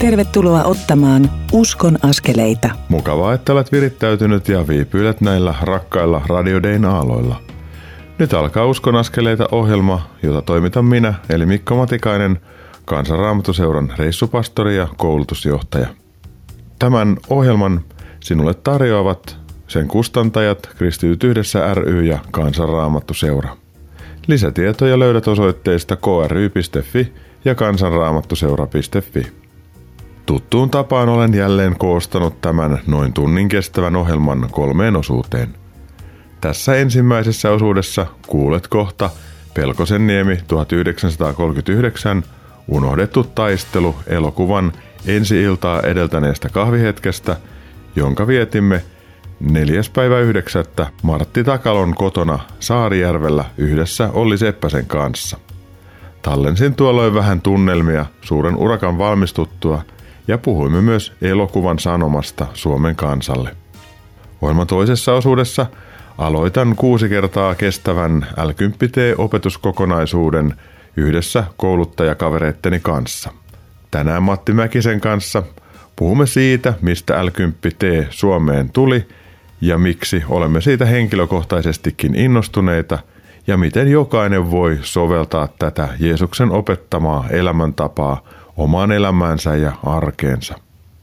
Tervetuloa ottamaan Uskon askeleita. Mukavaa, että olet virittäytynyt ja viipyilet näillä rakkailla Radio Dayn aaloilla. Nyt alkaa Uskon askeleita -ohjelma, jota toimitan minä, eli Mikko Matikainen, Kansan Raamattuseuran reissupastori ja koulutusjohtaja. Tämän ohjelman sinulle tarjoavat sen kustantajat Kristityt yhdessä ry ja Kansan Raamattuseura. Lisätietoja löydät osoitteista kry.fi ja kansanraamattuseura.fi. Tuttuun tapaan olen jälleen koostanut tämän noin tunnin kestävän ohjelman 3 osuuteen. Tässä ensimmäisessä osuudessa kuulet kohta Pelkosenniemi 1939 unohdettu taistelu -elokuvan ensi-iltaa edeltäneestä kahvihetkestä, jonka vietimme 4.9. Martti Takalon kotona Saarijärvellä yhdessä Olli Seppäsen kanssa. Tallensin tuolloin vähän tunnelmia suuren urakan valmistuttua ja puhuimme myös elokuvan sanomasta Suomen kansalle. Ohjelman toisessa osuudessa aloitan 6 kertaa kestävän L10T-opetuskokonaisuuden yhdessä kouluttajakavereitteni kanssa. Tänään Matti Mäkisen kanssa puhumme siitä, mistä L10T Suomeen tuli ja miksi olemme siitä henkilökohtaisestikin innostuneita ja miten jokainen voi soveltaa tätä Jeesuksen opettamaa elämäntapaa omaan elämäänsä ja arkeensa.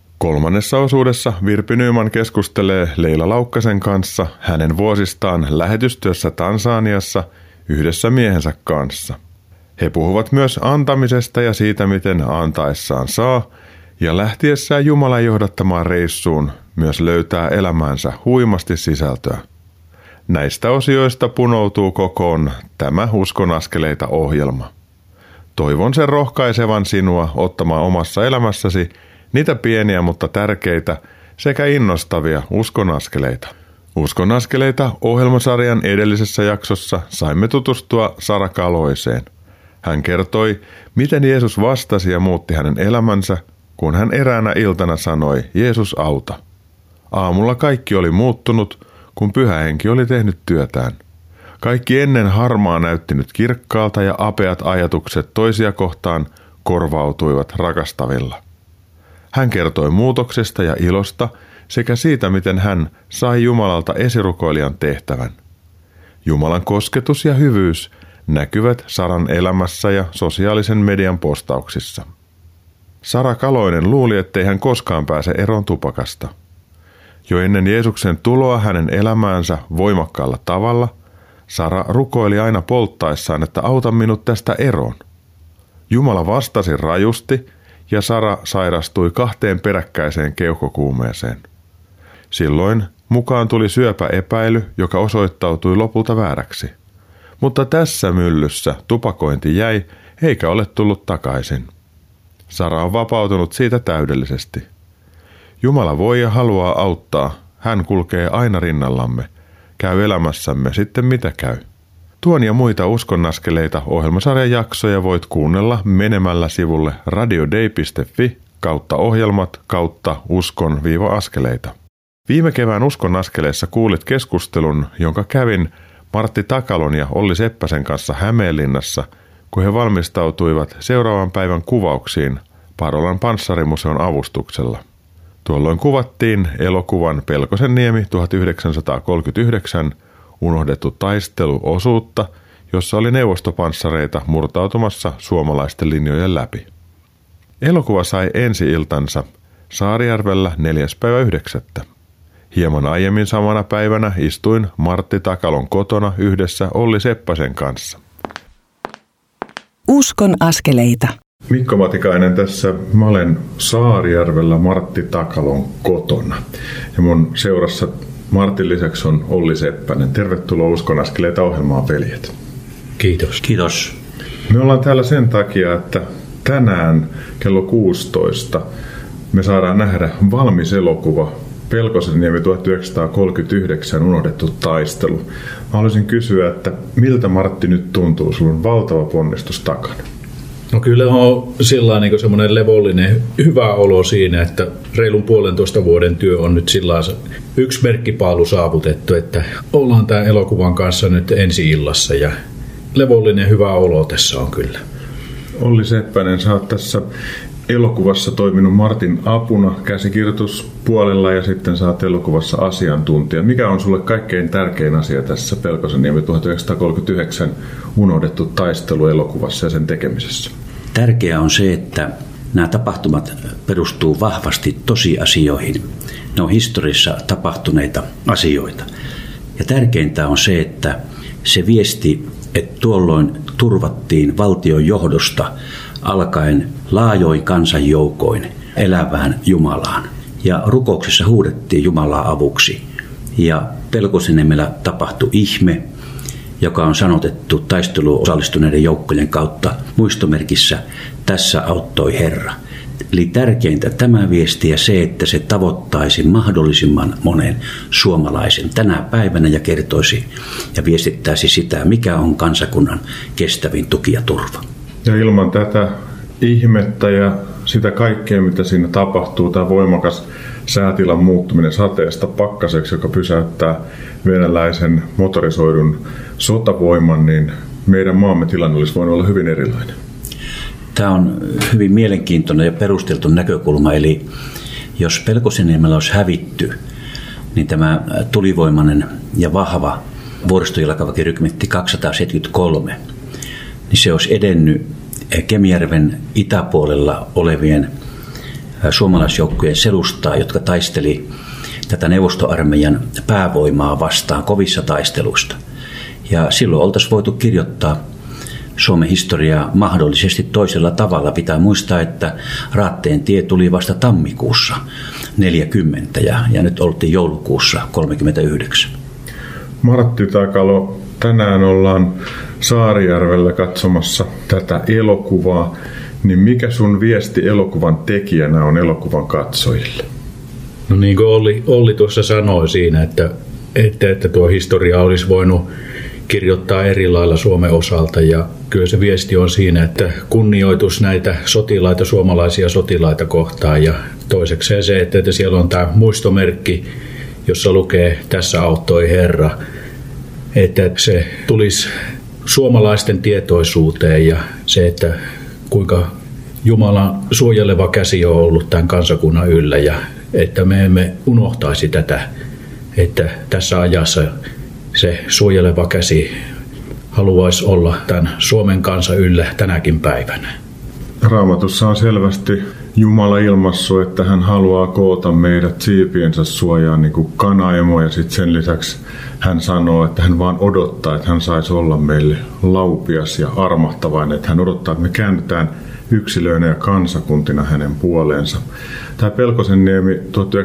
3. osuudessa Virpi Nyman keskustelee Leila Laukkasen kanssa hänen vuosistaan lähetystyössä Tansaniassa yhdessä miehensä kanssa. He puhuvat myös antamisesta ja siitä, miten antaessaan saa ja lähtiessään Jumalan johdattamaan reissuun myös löytää elämäänsä huimasti sisältöä. Näistä osioista punoutuu kokoon tämä Uskon askeleita -ohjelma. Toivon sen rohkaisevan sinua ottamaan omassa elämässäsi niitä pieniä, mutta tärkeitä sekä innostavia uskon askeleita. Uskon askeleita -ohjelmasarjan edellisessä jaksossa saimme tutustua Sara Kaloiseen. Hän kertoi, miten Jeesus vastasi ja muutti hänen elämänsä, kun hän eräänä iltana sanoi, Jeesus auta. Aamulla kaikki oli muuttunut, kun Pyhä Henki oli tehnyt työtään. Kaikki ennen harmaa näytti nyt kirkkaalta ja apeat ajatukset toisia kohtaan korvautuivat rakastavilla. Hän kertoi muutoksesta ja ilosta sekä siitä, miten hän sai Jumalalta esirukoilijan tehtävän. Jumalan kosketus ja hyvyys näkyvät Saran elämässä ja sosiaalisen median postauksissa. Sara Kaloinen luuli, ettei hän koskaan pääse eroon tupakasta. Jo ennen Jeesuksen tuloa hänen elämäänsä voimakkaalla tavalla Sara rukoili aina polttaessaan, että auta minut tästä eroon. Jumala vastasi rajusti ja Sara sairastui 2 peräkkäiseen keuhkokuumeeseen. Silloin mukaan tuli syöpäepäily, joka osoittautui lopulta vääräksi. Mutta tässä myllyssä tupakointi jäi eikä ole tullut takaisin. Sara on vapautunut siitä täydellisesti. Jumala voi ja haluaa auttaa. Hän kulkee aina rinnallamme. Käy elämässämme sitten mitä käy. Tuon ja muita Uskon askeleita -ohjelmasarjan jaksoja voit kuunnella menemällä sivulle radioday.fi/ohjelmat/uskon-askeleita. Viime kevään Uskon askeleissa kuulit keskustelun, jonka kävin Martti Takalon ja Olli Seppäsen kanssa Hämeenlinnassa, kun he valmistautuivat seuraavan päivän kuvauksiin Parolan Panssarimuseon avustuksella. Tuolloin kuvattiin elokuvan Pelkosenniemi 1939 unohdettu taistelu -osuutta, jossa oli neuvostopanssareita murtautumassa suomalaisten linjojen läpi. Elokuva sai ensi-iltansa Saarijärvellä 4.9. Hieman aiemmin samana päivänä istuin Martti Takalon kotona yhdessä Olli Seppäsen kanssa. Uskon askeleita. Mikko Matikainen tässä. Mä olen Saarijärvellä Martti Takalon kotona. Ja mun seurassa Martin lisäksi on Olli Seppänen. Tervetuloa Uskon askeleita -ohjelmaan, veljet. Kiitos. Kiitos. Me ollaan täällä sen takia, että tänään kello 16 me saadaan nähdä valmis elokuva Pelkosenniemi 1939 unohdettu taistelu. Mä haluaisin kysyä, että miltä Martti nyt tuntuu? Sulla on valtava ponnistus takana. No kyllä on sillä niin semmoinen levollinen hyvä olo siinä, että reilun 1,5 vuoden työ on nyt sillä yksi merkkipaalu saavutettu, että ollaan tämän elokuvan kanssa nyt ensi-illassa ja levollinen hyvä olo tässä on kyllä. Olli Seppänen, sä oot tässä elokuvassa toiminut Martin apuna käsikirjoituspuolella ja sitten sä oot elokuvassa asiantuntija. Mikä on sulle kaikkein tärkein asia tässä Pelkosenniemi 1939 unohdettu taistelu elokuvassa ja sen tekemisessä? Tärkeää on se, että nämä tapahtumat perustuu vahvasti tosiasioihin. Ne on historiassa tapahtuneita asioita. Ja tärkeintä on se, että se viesti, että tuolloin turvattiin valtion johdosta alkaen laajoin kansanjoukoin elävään Jumalaan. Ja rukouksessa huudettiin Jumalaa avuksi. Ja Pelkosenniemellä tapahtui ihme, joka on sanotettu taisteluun osallistuneiden joukkojen kautta muistomerkissä "Tässä auttoi Herra". Eli tärkeintä tämä viesti ja se, että se tavoittaisi mahdollisimman monen suomalaisen tänä päivänä ja kertoisi ja viestittäisi sitä, mikä on kansakunnan kestävin tuki ja turva. Ja ilman tätä ihmettä ja sitä kaikkea, mitä siinä tapahtuu, tämä voimakas säätilan muuttuminen sateesta pakkaseksi, joka pysäyttää venäläisen motorisoidun sotavoiman, niin meidän maamme tilanne olisi voinut olla hyvin erilainen. Tämä on hyvin mielenkiintoinen ja perusteltu näkökulma, eli jos Pelkosenniemellä olisi hävitty, niin tämä tulivoimainen ja vahva vuoristojalkaväkirykmentti 273, niin se olisi edennyt Kemijärven itäpuolella olevien suomalaisjoukkojen selustaa, jotka taisteli tätä neuvostoarmeijan päävoimaa vastaan kovissa taisteluista. Ja silloin oltaisiin voitu kirjoittaa Suomen historiaa mahdollisesti toisella tavalla. Pitää muistaa, että Raatteen tie tuli vasta tammikuussa 40 ja nyt oltiin joulukuussa 39. Martti Takalo, tänään ollaan Saarijärvellä katsomassa tätä elokuvaa. Niin mikä sun viesti elokuvan tekijänä on elokuvan katsojille? No niin kuin Olli tuossa sanoi siinä, että tuo historia olisi voinut kirjoittaa eri lailla Suomen osalta. Ja kyllä se viesti on siinä, että kunnioitus näitä sotilaita, suomalaisia sotilaita kohtaan. Ja toisekseen se, että siellä on tämä muistomerkki, jossa lukee "Tässä auttoi Herra". Että se tulisi suomalaisten tietoisuuteen ja se, että kuinka Jumalan suojeleva käsi on ollut tämän kansakunnan yllä ja että me emme unohtaisi tätä, että tässä ajassa se suojeleva käsi haluaisi olla tämän Suomen kansan yllä tänäkin päivänä. Raamatussa on selvästi Jumala ilmaissut, että hän haluaa koota meidät siipiensä suojaan niin kuin kanaemo, ja sitten sen lisäksi hän sanoo, että hän vaan odottaa, että hän saisi olla meille laupias ja armahtavainen, että hän odottaa, että me käännytään yksilöinä ja kansakuntina hänen puoleensa. Tämä Pelkosenniemi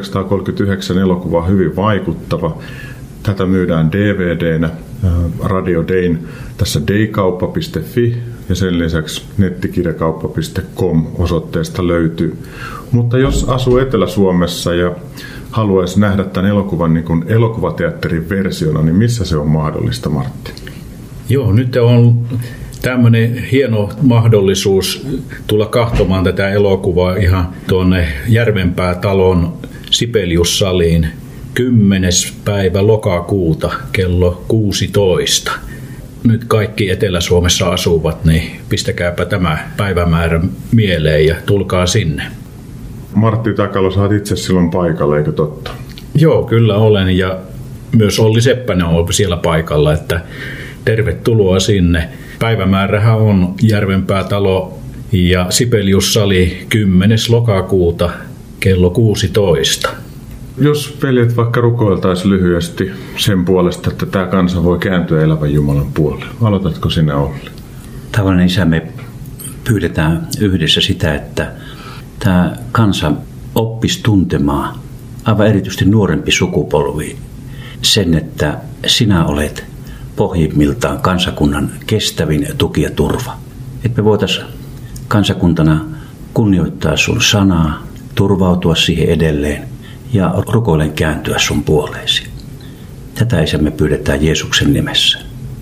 1939 elokuva on hyvin vaikuttava. Tätä myydään DVD:nä Radio Dayn tässä daykauppa.fi ja sen lisäksi nettikirjakauppa.com osoitteesta löytyy. Mutta jos asuu Etelä-Suomessa ja haluaisi nähdä tämän elokuvan niin kuin elokuvateatterin versiona, niin missä se on mahdollista, Martti? Joo, nyt on tämmöinen hieno mahdollisuus tulla katsomaan tätä elokuvaa ihan tuonne Järvenpää-talon Sibelius-saliin 10. päivä lokakuuta kello 16. Nyt kaikki Etelä-Suomessa asuvat, niin pistäkääpä tämä päivämäärä mieleen ja tulkaa sinne. Martti Takalo, sä oot itse silloin paikalla, eikö totta? Joo, kyllä olen ja myös Olli Seppänen on siellä paikalla, että tervetuloa sinne. Päivämäärähän on Järvenpää-talo ja Sibelius-sali 10. lokakuuta kello 16. Jos veljet vaikka rukoiltaisiin lyhyesti sen puolesta, että tämä kansa voi kääntyä elävän Jumalan puolelle. Aloitatko sinä, Olli? Tavallinen isä, me pyydetään yhdessä sitä, että tämä kansa oppisi tuntemaan, aivan erityisesti nuorempi sukupolvi, sen, että sinä olet pohjimmiltaan kansakunnan kestävin tuki ja turva. Että me voitaisiin kansakuntana kunnioittaa sun sanaa, turvautua siihen edelleen ja rukoilen kääntyä sun puoleesi. Tätä isä me pyydetään Jeesuksen nimessä.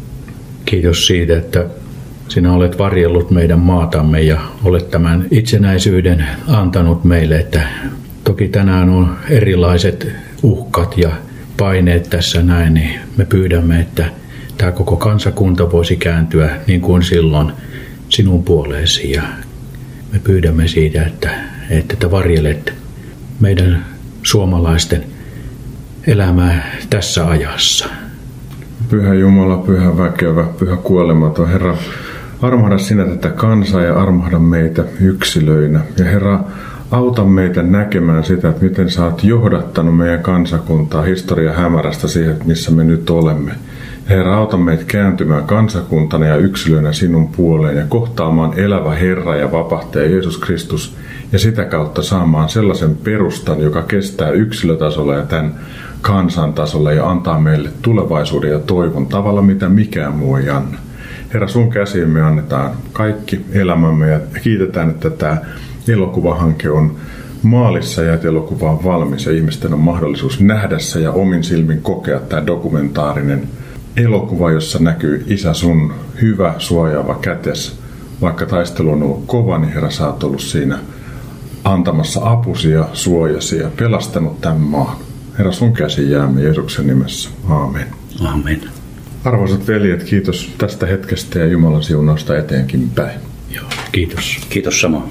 Kiitos siitä, että sinä olet varjellut meidän maatamme ja olet tämän itsenäisyyden antanut meille, että toki tänään on erilaiset uhkat ja paineet tässä näin, niin me pyydämme, että tämä koko kansakunta voisi kääntyä niin kuin silloin sinun puoleesi ja Me pyydämme siitä, että varjelet meidän suomalaisten elämää tässä ajassa. Pyhä Jumala, pyhä väkevä, pyhä kuolematon. Herra, armahda sinä tätä kansaa ja armahda meitä yksilöinä. Ja Herra, auta meitä näkemään sitä, että miten sä oot johdattanut meidän kansakuntaa historian hämärästä siihen, missä me nyt olemme. Herra, auta meitä kääntymään kansakuntana ja yksilöinä sinun puoleen ja kohtaamaan elävä Herra ja vapahtaja Jeesus Kristus ja sitä kautta saamaan sellaisen perustan, joka kestää yksilötasolla ja tämän kansan tasolla ja antaa meille tulevaisuuden ja toivon tavalla, mitä mikään muu ei anna. Herra, sun käsiin me annetaan kaikki elämämme ja kiitetään, että tämä elokuvahanke on maalissa ja että elokuva on valmis ja ihmisten on mahdollisuus nähdä se ja omin silmin kokea tämä dokumentaarinen elokuva, jossa näkyy Isä sun hyvä suojaava kätes. Vaikka taistelu on ollut kova, niin Herra, sä oot ollut siinä antamassa apusi ja suojasi ja pelastanut tämän maan. Herra, sun käsi jäämme Jeesuksen nimessä. Aamen. Amen. Arvoisat veljet, kiitos tästä hetkestä ja Jumalan siunausta eteenkin päin. Joo, kiitos. Kiitos samoin.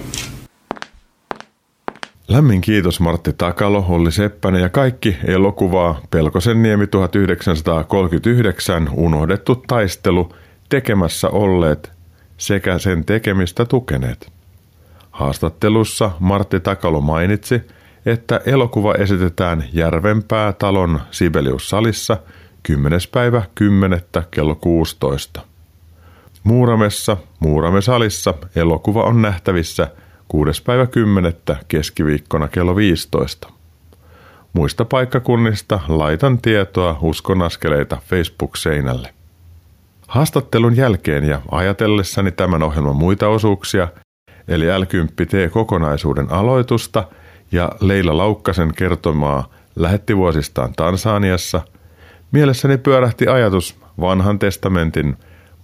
Lämmin kiitos Martti Takalo, Olli Seppänen ja kaikki elokuvaa Pelkosenniemi 1939 unohdettu taistelu tekemässä olleet sekä sen tekemistä tukeneet. Haastattelussa Martti Takalo mainitsi, että elokuva esitetään Järvenpää talon Sibelius-salissa 10.10. kello 16. Muurame-salissa elokuva on nähtävissä 6.10. keskiviikkona kello 15. Muista paikkakunnista laitan tietoa Uskon askeleita Facebook-seinälle. Haastattelun jälkeen ja ajatellessani tämän ohjelman muita osuuksia, eli L10T-kokonaisuuden aloitusta ja Leila Laukkasen kertomaa lähettivuosistaan Tansaniassa, mielessäni pyörähti ajatus Vanhan testamentin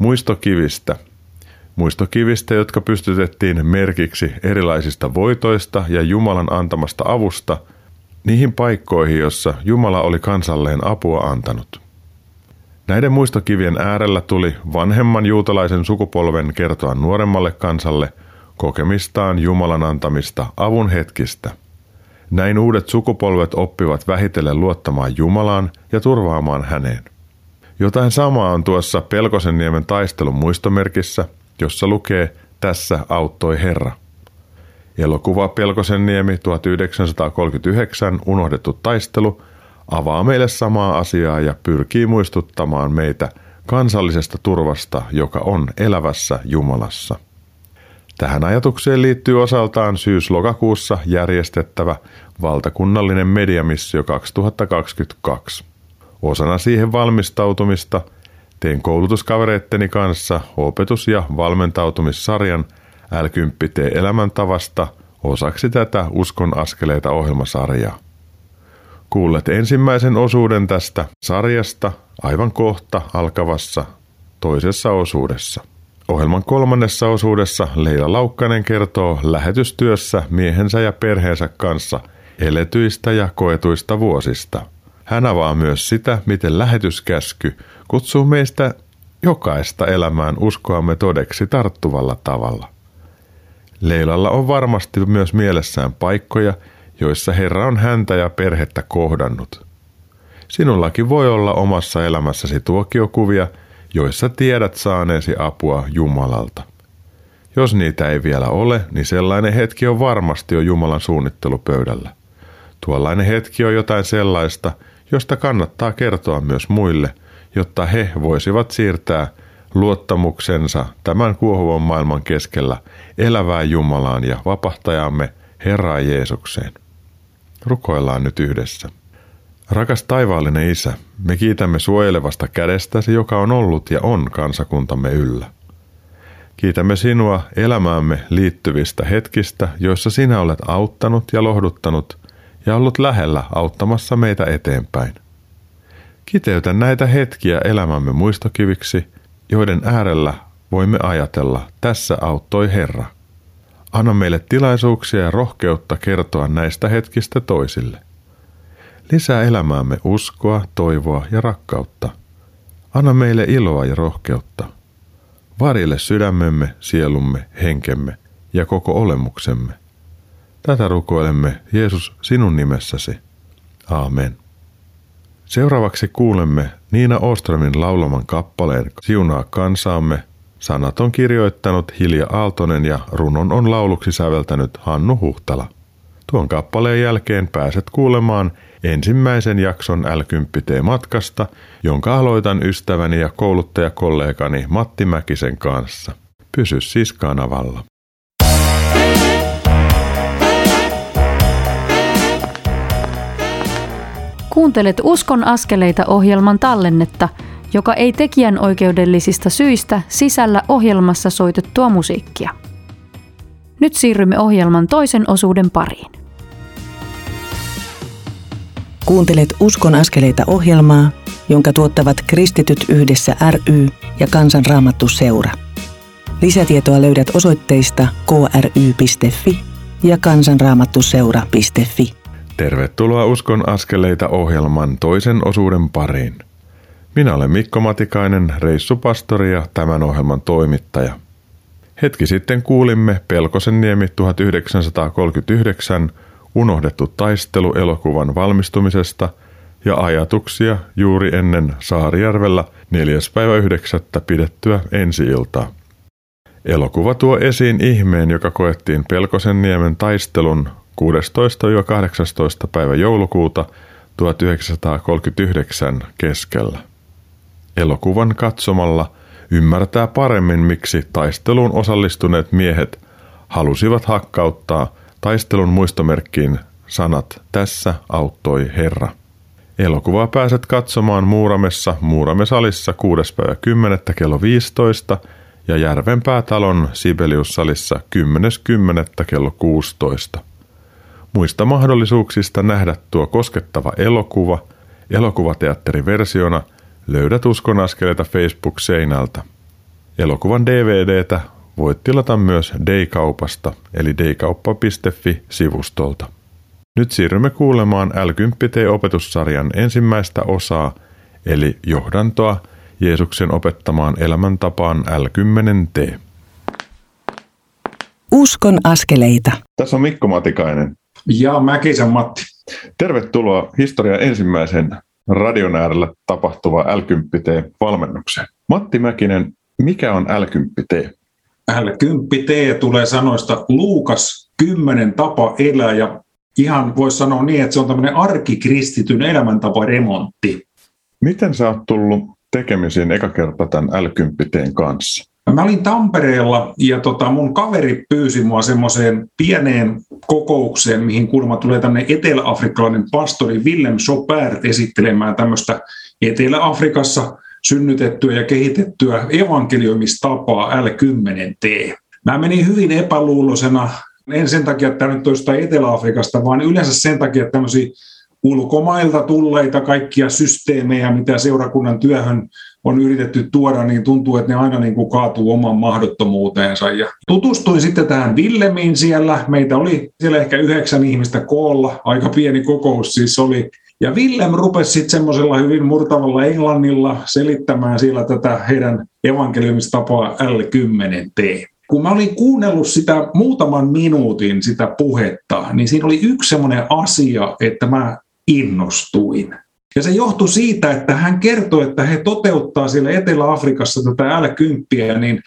muistokivistä, jotka pystytettiin merkiksi erilaisista voitoista ja Jumalan antamasta avusta niihin paikkoihin, jossa Jumala oli kansalleen apua antanut. Näiden muistokivien äärellä tuli vanhemman juutalaisen sukupolven kertoa nuoremmalle kansalle kokemistaan Jumalan antamista avun hetkistä. Näin uudet sukupolvet oppivat vähitellen luottamaan Jumalaan ja turvaamaan häneen. Jotain samaa on tuossa Pelkosenniemen taistelun muistomerkissä, jossa lukee "Tässä auttoi Herra". Elokuva Pelkosenniemi 1939 unohdettu taistelu avaa meille samaa asiaa ja pyrkii muistuttamaan meitä kansallisesta turvasta, joka on elävässä Jumalassa. Tähän ajatukseen liittyy osaltaan syys-lokakuussa järjestettävä valtakunnallinen mediamissio 2022. Osana siihen valmistautumista tein koulutuskavereitteni kanssa opetus- ja valmentautumissarjan L10T-elämäntavasta osaksi tätä Uskon askeleita -ohjelmasarjaa. Kuulet ensimmäisen osuuden tästä sarjasta aivan kohta alkavassa toisessa osuudessa. Ohjelman kolmannessa osuudessa Leila Laukkanen kertoo lähetystyössä miehensä ja perheensä kanssa eletyistä ja koetuista vuosista. Hän avaa myös sitä, miten lähetyskäsky kutsuu meistä jokaista elämään uskoamme todeksi tarttuvalla tavalla. Leilalla on varmasti myös mielessään paikkoja, joissa Herra on häntä ja perhettä kohdannut. Sinullakin voi olla omassa elämässäsi tuokiokuvia, joissa tiedät saaneesi apua Jumalalta. Jos niitä ei vielä ole, niin sellainen hetki on varmasti jo Jumalan suunnittelupöydällä. Tuollainen hetki on jotain sellaista, josta kannattaa kertoa myös muille, jotta he voisivat siirtää luottamuksensa tämän kuohuvan maailman keskellä elävään Jumalaan ja vapahtajamme Herraan Jeesukseen. Rukoillaan nyt yhdessä. Rakas taivaallinen Isä, me kiitämme suojelevasta kädestäsi, joka on ollut ja on kansakuntamme yllä. Kiitämme sinua elämäämme liittyvistä hetkistä, joissa sinä olet auttanut ja lohduttanut ja ollut lähellä auttamassa meitä eteenpäin. Kiteytä näitä hetkiä elämämme muistokiviksi, joiden äärellä voimme ajatella, tässä auttoi Herra. Anna meille tilaisuuksia ja rohkeutta kertoa näistä hetkistä toisille. Lisää elämäämme uskoa, toivoa ja rakkautta. Anna meille iloa ja rohkeutta. Varjele sydämemme, sielumme, henkemme ja koko olemuksemme. Tätä rukoilemme, Jeesus, sinun nimessäsi. Aamen. Seuraavaksi kuulemme Niina Åströmin laulaman kappaleen Siunaa kansaamme. Sanat on kirjoittanut Hilja Aaltonen ja runon on lauluksi säveltänyt Hannu Huhtala. Tuon kappaleen jälkeen pääset kuulemaan ensimmäisen jakson L10T-matkasta, jonka aloitan ystäväni ja kouluttajakollegani Matti Mäkisen kanssa. Pysy siis kanavalla. Kuuntelet Uskon askeleita -ohjelman tallennetta, joka ei tekijänoikeudellisista syistä sisällä ohjelmassa soitettua musiikkia. Nyt siirrymme ohjelman toisen osuuden pariin. Kuuntelet Uskon askeleita -ohjelmaa, jonka tuottavat Kristityt yhdessä ry ja Kansanraamattu Seura. Lisätietoa löydät osoitteista kry.fi ja kansanraamattuseura.fi. Tervetuloa Uskon askeleita -ohjelman toisen osuuden pariin. Minä olen Mikko Matikainen, reissupastori ja tämän ohjelman toimittaja. Hetki sitten kuulimme Pelkosenniemi 1939 unohdettu taistelu -elokuvan valmistumisesta ja ajatuksia juuri ennen Saarijärvellä 4.9. pidettyä ensi-iltaa. Elokuva tuo esiin ihmeen, joka koettiin Pelkosenniemen taistelun 16.–18. päivä joulukuuta 1939 keskellä. Elokuvan katsomalla ymmärtää paremmin, miksi taisteluun osallistuneet miehet halusivat hakkauttaa taistelun muistomerkkiin sanat "Tässä auttoi Herra". Elokuvaa pääset katsomaan Muuramessa Muuramesalissa 6.10. kello 15 ja Järvenpäätalon Sibeliussalissa 10.10. kello 16. Muista mahdollisuuksista nähdä tuo koskettava elokuva elokuvateatteriversiona löydät Uskon askeleita Facebook-seinältä. Elokuvan DVDtä voit tilata myös Day-kaupasta eli daykauppa.fi-sivustolta. Nyt siirrymme kuulemaan L10T-opetussarjan ensimmäistä osaa, eli johdantoa Jeesuksen opettamaan elämäntapaan L10T. Uskon askeleita. Tässä on Mikko Matikainen. Ja Mäkisen Matti. Tervetuloa historian ensimmäisen radion äärellä tapahtuvaan L10T-valmennukseen. Matti Mäkinen, mikä on L10T? L10T tulee sanoista Luukas 10 tapa elää, ja ihan voisi sanoa niin, että se on tämmöinen arkikristityn elämäntaparemontti. Miten sä oot tullut tekemisiin eka kerta tämän L10T:n kanssa? Mä olin Tampereella ja mun kaveri pyysi mua semmoiseen pieneen kokoukseen, mihin kuulemma tulee tämmöinen etelä-afrikkalainen pastori Willem Chopert esittelemään tämmöistä Etelä-Afrikassa synnytettyä ja kehitettyä evankelioimistapaa L10T. Mä menin hyvin epäluuloisena, en sen takia, että tämä nyt olisi Etelä-Afrikasta, vaan yleensä sen takia, että tämmöisiä ulkomailta tulleita kaikkia systeemejä, mitä seurakunnan työhön on yritetty tuoda, niin tuntuu, että ne aina niin kuin kaatuu oman mahdottomuuteensa. Ja tutustuin sitten tähän Willemiin siellä. Meitä oli siellä ehkä 9 ihmistä koolla. Aika pieni kokous siis oli. Ja Willem rupesi sitten semmoisella hyvin murtavalla englannilla selittämään siellä tätä heidän evankeliumistapaa L10T. Kun mä olin kuunnellut sitä muutaman minuutin sitä puhetta, niin siinä oli yksi semmoinen asia, että mä innostuin. Ja se johtui siitä, että hän kertoi, että he toteuttaa siellä Etelä-Afrikassa tätä L10 niin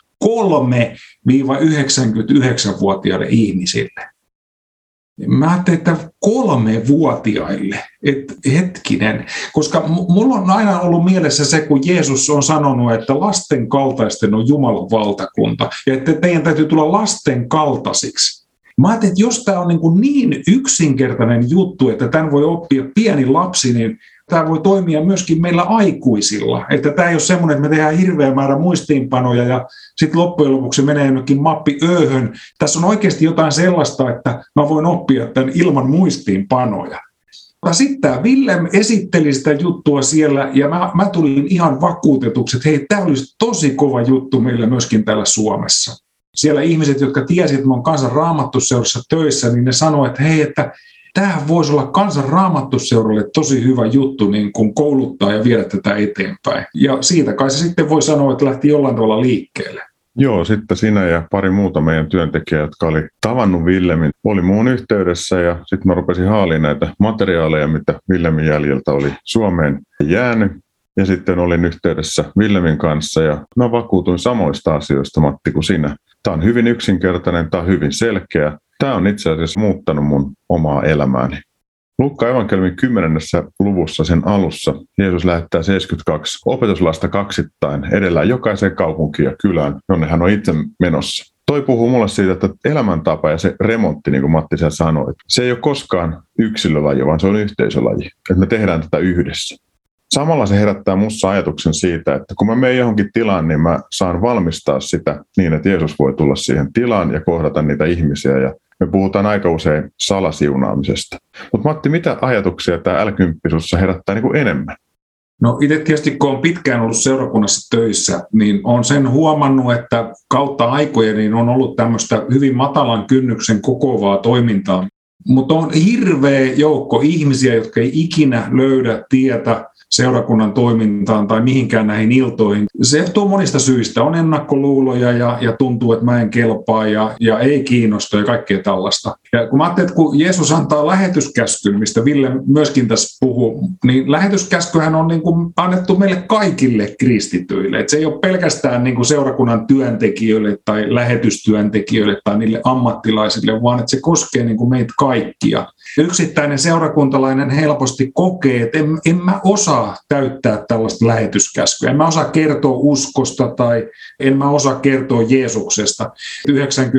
3-99-vuotiaille ihmisille. Mä ajattelin, että 3-vuotiaille, että hetkinen, koska mulla on aina ollut mielessä se, kun Jeesus on sanonut, että lasten kaltaisten on Jumalan valtakunta, ja että teidän täytyy tulla lasten kaltaisiksi. Mä ajattelin, että jos tämä on niin yksinkertainen juttu, että tämän voi oppia pieni lapsi, niin tämä voi toimia myöskin meillä aikuisilla. Että tämä ei ole semmoinen, että me tehdään hirveä määrä muistiinpanoja ja sitten loppujen lopuksi menee jonnekin mappi ööhön. Tässä on oikeasti jotain sellaista, että mä voin oppia tämän ilman muistiinpanoja. Sitten tämä Willem esitteli sitä juttua siellä ja mä tulin ihan vakuutetuksi, että hei, tämä olisi tosi kova juttu meillä myöskin täällä Suomessa. Siellä ihmiset, jotka tiesivät, että mä oon Kansanraamattuseurassa töissä, niin ne sanoivat, että hei, että tämähän voisi olla Kansanraamattuseuralle tosi hyvä juttu niin kun kouluttaa ja viedä tätä eteenpäin. Ja siitä kai se sitten voi sanoa, että lähti jollain tavalla liikkeelle. Joo, sitten sinä ja pari muuta meidän työntekijää, jotka oli tavannut Villemin, oli muun yhteydessä ja sitten mä rupesin haalimaan näitä materiaaleja, mitä Villemin jäljiltä oli Suomeen jäänyt. Ja sitten olin yhteydessä Villemin kanssa ja mä vakuutuin samoista asioista, Matti, kuin sinä. Tämä on hyvin yksinkertainen, tämä on hyvin selkeä. Tämä on itse asiassa muuttanut mun omaa elämääni. Luukkaan evankeliumin 10. luvussa sen alussa Jeesus lähettää 72 opetuslasta kaksittain edellään jokaiseen kaupunkiin ja kylään, jonne hän on itse menossa. Toi puhuu mulle siitä, että elämäntapa ja se remontti, niin kuin Matti sen sanoi, se ei ole koskaan yksilölaji, vaan se on yhteisölaji. Että me tehdään tätä yhdessä. Samalla se herättää musta ajatuksen siitä, että kun mä menen johonkin tilaan, niin mä saan valmistaa sitä niin, että Jeesus voi tulla siihen tilaan ja kohdata niitä ihmisiä. Ja me puhutaan aika usein salasiunaamisesta. Mutta Matti, mitä ajatuksia tämä L10 sussa herättää niin kuin enemmän? No itse tietysti, kun olen pitkään ollut seurakunnassa töissä, niin olen sen huomannut, että kautta aikojen niin on ollut tämmöistä hyvin matalan kynnyksen kokoavaa toimintaa. Mutta on hirveä joukko ihmisiä, jotka ei ikinä löydä tietä seurakunnan toimintaan tai mihinkään näihin iltoihin. Se johtuu monista syistä. On ennakkoluuloja ja tuntuu, että mä en kelpaa ja ei kiinnosta ja kaikkea tällaista. Ja kun mä ajattelin, että kun Jeesus antaa lähetyskäskyn, mistä Ville myöskin tässä puhuu, niin lähetyskäskyhän on niin kuin annettu meille kaikille kristityille. Että se ei ole pelkästään niin kuin seurakunnan työntekijöille tai lähetystyöntekijöille tai niille ammattilaisille, vaan että se koskee niin kuin meitä kaikkia. Yksittäinen seurakuntalainen helposti kokee, että en mä osaa täyttää tällaista lähetyskäskyä. En mä osaa kertoa uskosta tai en mä osaa kertoa Jeesuksesta. 96%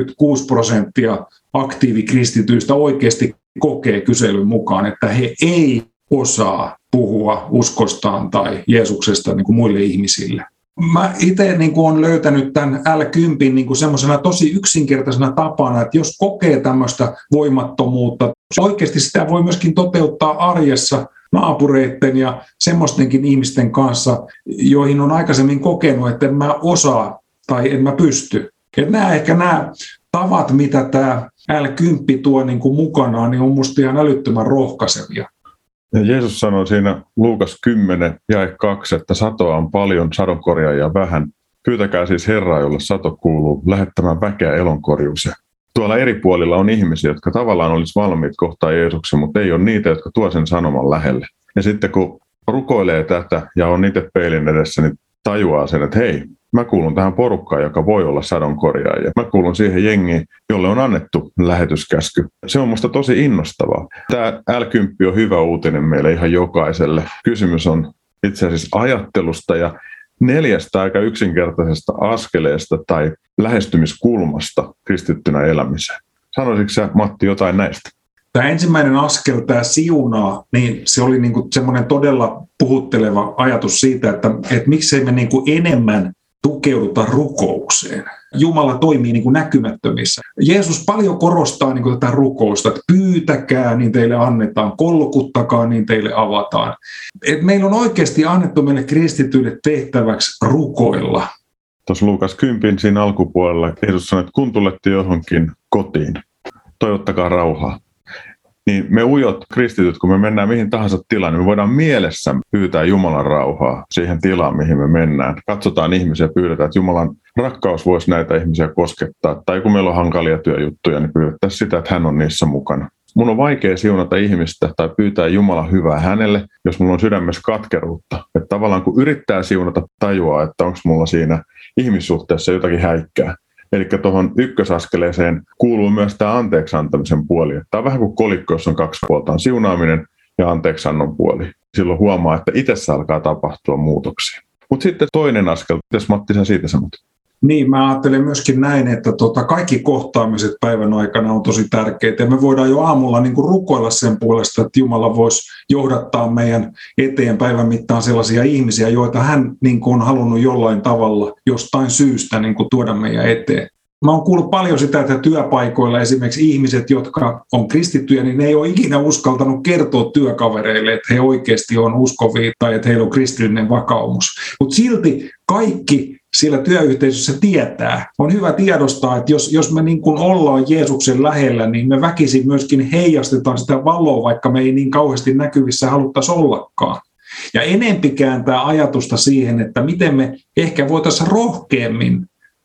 aktiivikristityistä oikeasti kokee kyselyn mukaan, että he ei osaa puhua uskostaan tai Jeesuksesta niin kuin muille ihmisille. Mä itse niin olen löytänyt tämän L10 niin semmoisena tosi yksinkertaisena tapana, että jos kokee tämmöistä voimattomuutta, oikeasti sitä voi myöskin toteuttaa arjessa naapureiden ja semmoistenkin ihmisten kanssa, joihin on aikaisemmin kokenut, että en mä osaa tai en mä pysty. Että nämä tavat, mitä tämä L10 tuo niin kuin mukanaan, niin on musta ihan älyttömän rohkaisevia. Ja Jeesus sanoi siinä Luukas 10 jae 2, että satoa on paljon, sadonkorjaajia vähän. Pyytäkää siis Herraa, jolle sato kuuluu, lähettämään väkeä elonkorjuuseen. Tuolla eri puolilla on ihmisiä, jotka tavallaan olisi valmiit kohtaa Jeesuksen, mutta ei ole niitä, jotka tuo sen sanoman lähelle. Ja sitten kun rukoilee tätä ja on itse peilin edessä, niin tajuaa sen, että hei, mä kuulun tähän porukkaan, joka voi olla sadonkorjaaja. Mä kuulun siihen jengiin, jolle on annettu lähetyskäsky. Se on musta tosi innostavaa. Tämä L10 on hyvä uutinen meille ihan jokaiselle. Kysymys on itse asiassa ajattelusta ja 4 aika yksinkertaisesta askeleesta tai lähestymiskulmasta kristittynä elämiseen. Sanoisitko sä, Matti, jotain näistä? Tämä ensimmäinen askel, tämä siunaa, niin se oli niin kuin semmoinen todella puhutteleva ajatus siitä, että miksei me niin kuin enemmän tukeuduta rukoukseen. Jumala toimii niin kuin näkymättömissä. Jeesus paljon korostaa niin kuin tätä rukousta, että pyytäkää, niin teille annetaan, kolkuttakaa, niin teille avataan. Et meillä on oikeasti annettu meille kristityille tehtäväksi rukoilla. Tuossa Luukas 10 siinä alkupuolella Jeesus sanoi, että kun tulette johonkin kotiin, toivottakaa rauhaa. Niin me ujot kristityt, kun me mennään mihin tahansa tilaan, niin me voidaan mielessä pyytää Jumalan rauhaa siihen tilaan, mihin me mennään. Katsotaan ihmisiä ja pyydetään, että Jumalan rakkaus voisi näitä ihmisiä koskettaa. Tai kun meillä on hankalia työjuttuja, niin pyydettäisiin sitä, että hän on niissä mukana. Mun on vaikea siunata ihmistä tai pyytää Jumalan hyvää hänelle, jos mulla on sydämessä katkeruutta. Että tavallaan kun yrittää siunata, tajuaa, että onko mulla siinä ihmissuhteessa jotakin häikkää. Eli tuohon ykkösaskeleeseen kuuluu myös tämä anteeksi antamisen puoli. Tämä on vähän kuin kolikko, jossa on 2 puolta, on siunaaminen ja anteeksiannon puoli. Silloin huomaa, että itsessä alkaa tapahtua muutoksia. Mutta sitten toinen askel, mitäs Matti sä siitä sanot? Niin, mä ajattelen myöskin näin, että kaikki kohtaamiset päivän aikana on tosi tärkeitä. Ja me voidaan jo aamulla niin kuin rukoilla sen puolesta, että Jumala voisi johdattaa meidän eteen päivän mittaan sellaisia ihmisiä, joita hän niin kuin on halunnut jollain tavalla jostain syystä niin kuin tuoda meidän eteen. Mä oon kuullut paljon sitä, että työpaikoilla esimerkiksi ihmiset, jotka on kristittyjä, niin ne ei ole ikinä uskaltanut kertoa työkavereille, että he oikeasti on uskovia tai että heillä on kristillinen vakaumus. Mutta silti kaikki siellä työyhteisössä tietää. On hyvä tiedostaa, että jos me niin kuin ollaan Jeesuksen lähellä, niin me väkisin myöskin heijastetaan sitä valoa, vaikka me ei niin kauheasti näkyvissä haluttaisi ollakaan. Ja enempi kääntää ajatusta siihen, että miten me ehkä voitaisiin rohkeammin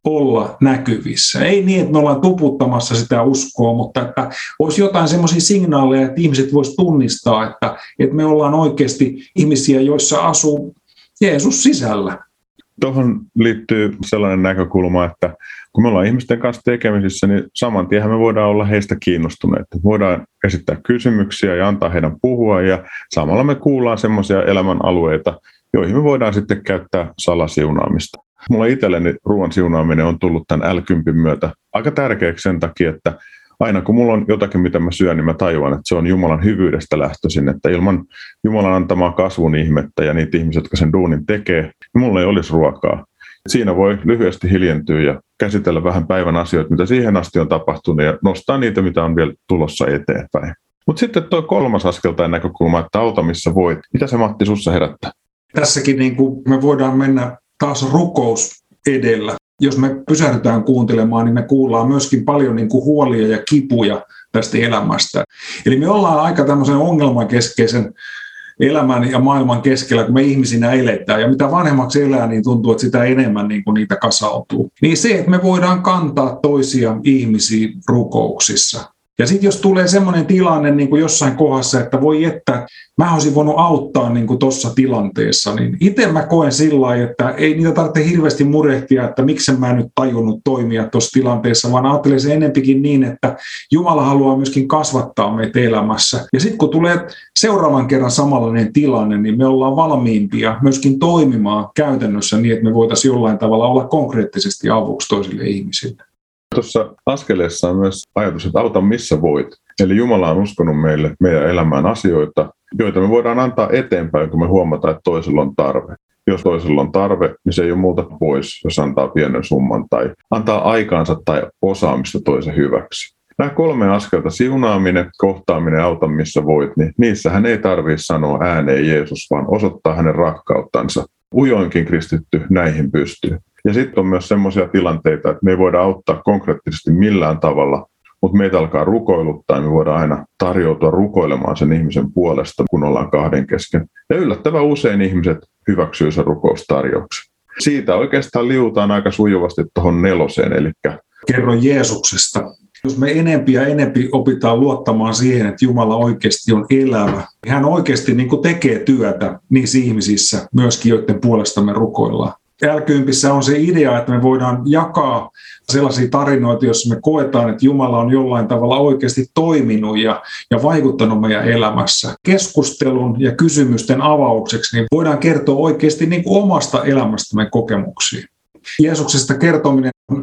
olla näkyvissä. Ei niin, että me ollaan tuputtamassa sitä uskoa, mutta että olisi jotain semmoisia signaaleja, että ihmiset voisivat tunnistaa, että me ollaan oikeasti ihmisiä, joissa asuu Jeesus sisällä. Tuohon liittyy sellainen näkökulma, että kun me ollaan ihmisten kanssa tekemisissä, niin saman tien me voidaan olla heistä kiinnostuneita. Voidaan esittää kysymyksiä ja antaa heidän puhua, ja samalla me kuullaan semmoisia elämän alueita, joihin me voidaan sitten käyttää salasiunaamista. Mulla itselleni ruoan siunaaminen on tullut tämän L10 myötä aika tärkeäksi sen takia, että aina kun mulla on jotakin, mitä mä syön, niin mä tajuan, että se on Jumalan hyvyydestä lähtöisin, että ilman Jumalan antamaa kasvun ihmettä ja niitä ihmisiä, jotka sen duunin tekee, niin mulla ei olisi ruokaa. Siinä voi lyhyesti hiljentyä ja käsitellä vähän päivän asioita, mitä siihen asti on tapahtunut, ja nostaa niitä, mitä on vielä tulossa eteenpäin. Mutta sitten tuo kolmas askel tai näkökulma, että auta missä voit. Mitä se, Matti, sussa herättää? Tässäkin niin kuin me voidaan mennä taas rukous edellä. Jos me pysähdytään kuuntelemaan, niin me kuullaan myöskin paljon niin kuin huolia ja kipuja tästä elämästä. Eli me ollaan aika tämmöisen ongelmakeskeisen elämän ja maailman keskellä, kun me ihmisinä eletään. Ja mitä vanhemmaksi elää, niin tuntuu, että sitä enemmän niin kuin niitä kasautuu. Niin se, että me voidaan kantaa toisia ihmisiä rukouksissa. Ja sitten jos tulee semmoinen tilanne niin kuin jossain kohdassa, että voi että mä olisin voinut auttaa niin kuin tuossa tilanteessa, niin itse mä koen sillä lailla, että ei niitä tarvitse hirveästi murehtia, että miksen mä nyt tajunnut toimia tuossa tilanteessa, vaan ajattelen se enempikin niin, että Jumala haluaa myöskin kasvattaa meitä elämässä. Ja sitten kun tulee seuraavan kerran samanlainen tilanne, niin me ollaan valmiimpia myöskin toimimaan käytännössä niin, että me voitaisiin jollain tavalla olla konkreettisesti avuksi toisille ihmisille. Tuossa askeleessa on myös ajatus, että auta missä voit. Eli Jumala on uskonut meille meidän elämään asioita, joita me voidaan antaa eteenpäin, kun me huomataan, että toisella on tarve. Jos toisella on tarve, niin se ei ole muuta pois, jos antaa pienen summan tai antaa aikaansa tai osaamista toisen hyväksi. Nämä 3 askelta, siunaaminen, kohtaaminen, auta missä voit, niin niissähän ei tarvitse sanoa ääneen Jeesus, vaan osoittaa hänen rakkauttansa. Ujoinkin kristitty näihin pystyy. Ja sitten on myös semmoisia tilanteita, että me ei voida auttaa konkreettisesti millään tavalla, mutta meitä alkaa rukoiluttaa ja me voidaan aina tarjoutua rukoilemaan sen ihmisen puolesta, kun ollaan kahden kesken. Ja yllättävän usein ihmiset hyväksyy sen rukoustarjouksen. Siitä oikeastaan liutaan aika sujuvasti tuohon 4, eli kerro Jeesuksesta. Jos me enempi ja enempi opitaan luottamaan siihen, että Jumala oikeasti on elävä, hän oikeasti niin kuin tekee työtä niissä ihmisissä, myöskin joiden puolesta me rukoillaan. L10 on se idea, että me voidaan jakaa sellaisia tarinoita, joissa me koetaan, että Jumala on jollain tavalla oikeasti toiminut ja vaikuttanut meidän elämässä. Keskustelun ja kysymysten avaukseksi niin voidaan kertoa oikeasti niin kuin omasta elämästämme kokemuksia. Jeesuksesta kertominen on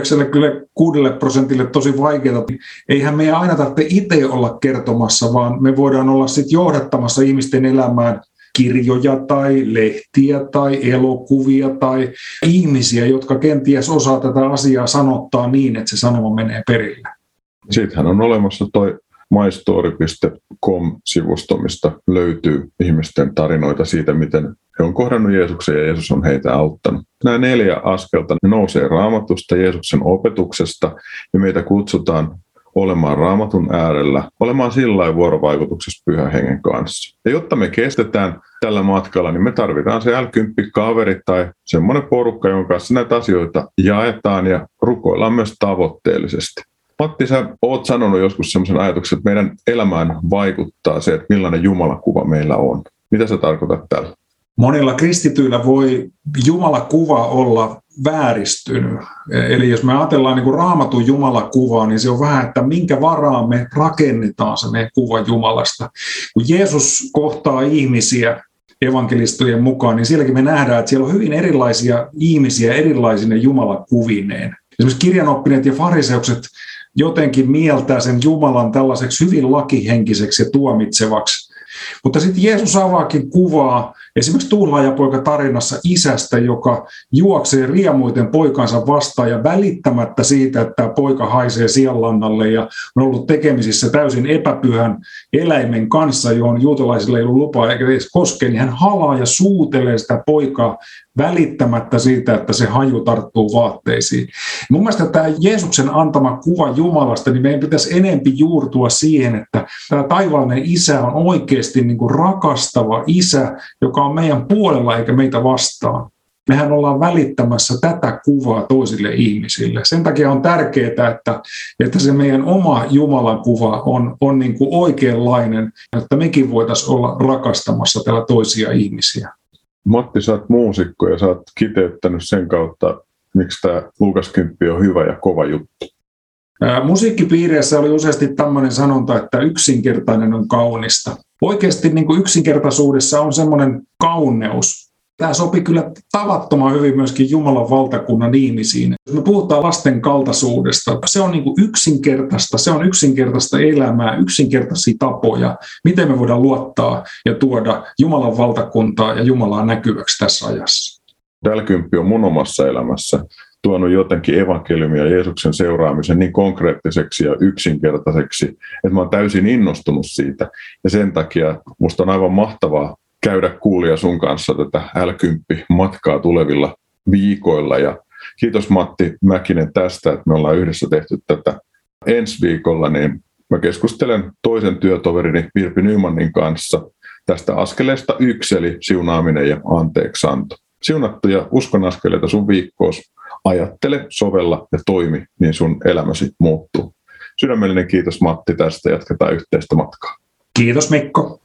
96% tosi vaikeaa. Eihän meidän aina tarvitse itse olla kertomassa, vaan me voidaan olla sitten johdattamassa ihmisten elämään kirjoja tai lehtiä tai elokuvia tai ihmisiä, jotka kenties osaa tätä asiaa sanottaa niin, että se sanoma menee perille. Sittenhän on olemassa toi mystory.com-sivusto, mistä löytyy ihmisten tarinoita siitä, miten he on kohdannut Jeesuksen ja Jeesus on heitä auttanut. Nämä 4 askelta nousee Raamatusta, Jeesuksen opetuksesta, ja meitä kutsutaan olemaan Raamatun äärellä, olemaan sillä lailla vuorovaikutuksessa Pyhän Hengen kanssa. Ja jotta me kestetään tällä matkalla, niin me tarvitaan se L10-kaveri tai semmoinen porukka, jonka kanssa näitä asioita jaetaan ja rukoillaan myös tavoitteellisesti. Matti, sä oot sanonut joskus semmoisen ajatuksen, että meidän elämään vaikuttaa se, että millainen Jumalakuva meillä on. Mitä sä tarkoitat tällä? Monilla kristityillä voi Jumalakuva olla vääristynyt. Eli jos me ajatellaan niin kuin Raamatun Jumalakuvaa, niin se on vähän, että minkä varaan me rakennetaan se meidän kuva Jumalasta. Kun Jeesus kohtaa ihmisiä evankelistojen mukaan, niin sielläkin me nähdään, että siellä on hyvin erilaisia ihmisiä erilaisine Jumalakuvineen. Esimerkiksi kirjanoppineet ja fariseukset jotenkin mieltää sen Jumalan tällaiseksi hyvin lakihenkiseksi ja tuomitsevaksi. Mutta sitten Jeesus avaakin kuvaa esimerkiksi tuhlaajapoika-tarinassa isästä, joka juoksee riemuiten poikansa vastaan ja välittämättä siitä, että tämä poika haisee sianlannalle ja on ollut tekemisissä täysin epäpyhän eläimen kanssa, johon juutalaisilla ei ollut lupaa eikä edes koske, niin hän halaa ja suutelee sitä poikaa välittämättä siitä, että se haju tarttuu vaatteisiin. Mun mielestä tämä Jeesuksen antama kuva Jumalasta, niin meidän pitäisi enempi juurtua siihen, että tämä taivaallinen isä on oikeasti niin kuin rakastava isä, joka on meidän puolella eikä meitä vastaan. mehän ollaan välittämässä tätä kuvaa toisille ihmisille. Sen takia on tärkeää, että se meidän oma Jumalan kuva on niin kuin oikeanlainen, että mekin voitaisiin olla rakastamassa täällä toisia ihmisiä. Matti, sä oot muusikko ja sä oot kiteyttänyt sen kautta, miksi tämä Luukas 10 on hyvä ja kova juttu. Musiikkipiireissä oli useasti tämmöinen sanonta, että yksinkertainen on kaunista. Oikeasti niin kuin yksinkertaisuudessa on semmoinen kauneus. Tämä sopii kyllä tavattoman hyvin myöskin Jumalan valtakunnan ihmisiin. Jos me puhutaan lasten kaltaisuudesta, se on niin kuin yksinkertaista, se on yksinkertaista elämää, yksinkertaisia tapoja, miten me voidaan luottaa ja tuoda Jumalan valtakuntaa ja Jumalaa näkyväksi tässä ajassa. L10 on mun omassa elämässä tuonut jotenkin evankeliumia ja Jeesuksen seuraamisen niin konkreettiseksi ja yksinkertaiseksi, että mä oon täysin innostunut siitä. Ja sen takia musta on aivan mahtavaa käydä kuulija sun kanssa tätä L10-matkaa tulevilla viikoilla. Ja kiitos Matti Mäkinen tästä, että me ollaan yhdessä tehty tätä. Ensi viikolla niin mä keskustelen toisen työtoverini Virpi Nymanin kanssa tästä askeleesta 1, eli siunaaminen ja anteeksianto. Siunattuja uskon askeleita sun viikkoos. Ajattele, sovella ja toimi, niin sun elämäsi muuttuu. Sydämellinen kiitos Matti tästä. Jatketaan yhteistä matkaa. Kiitos Mikko.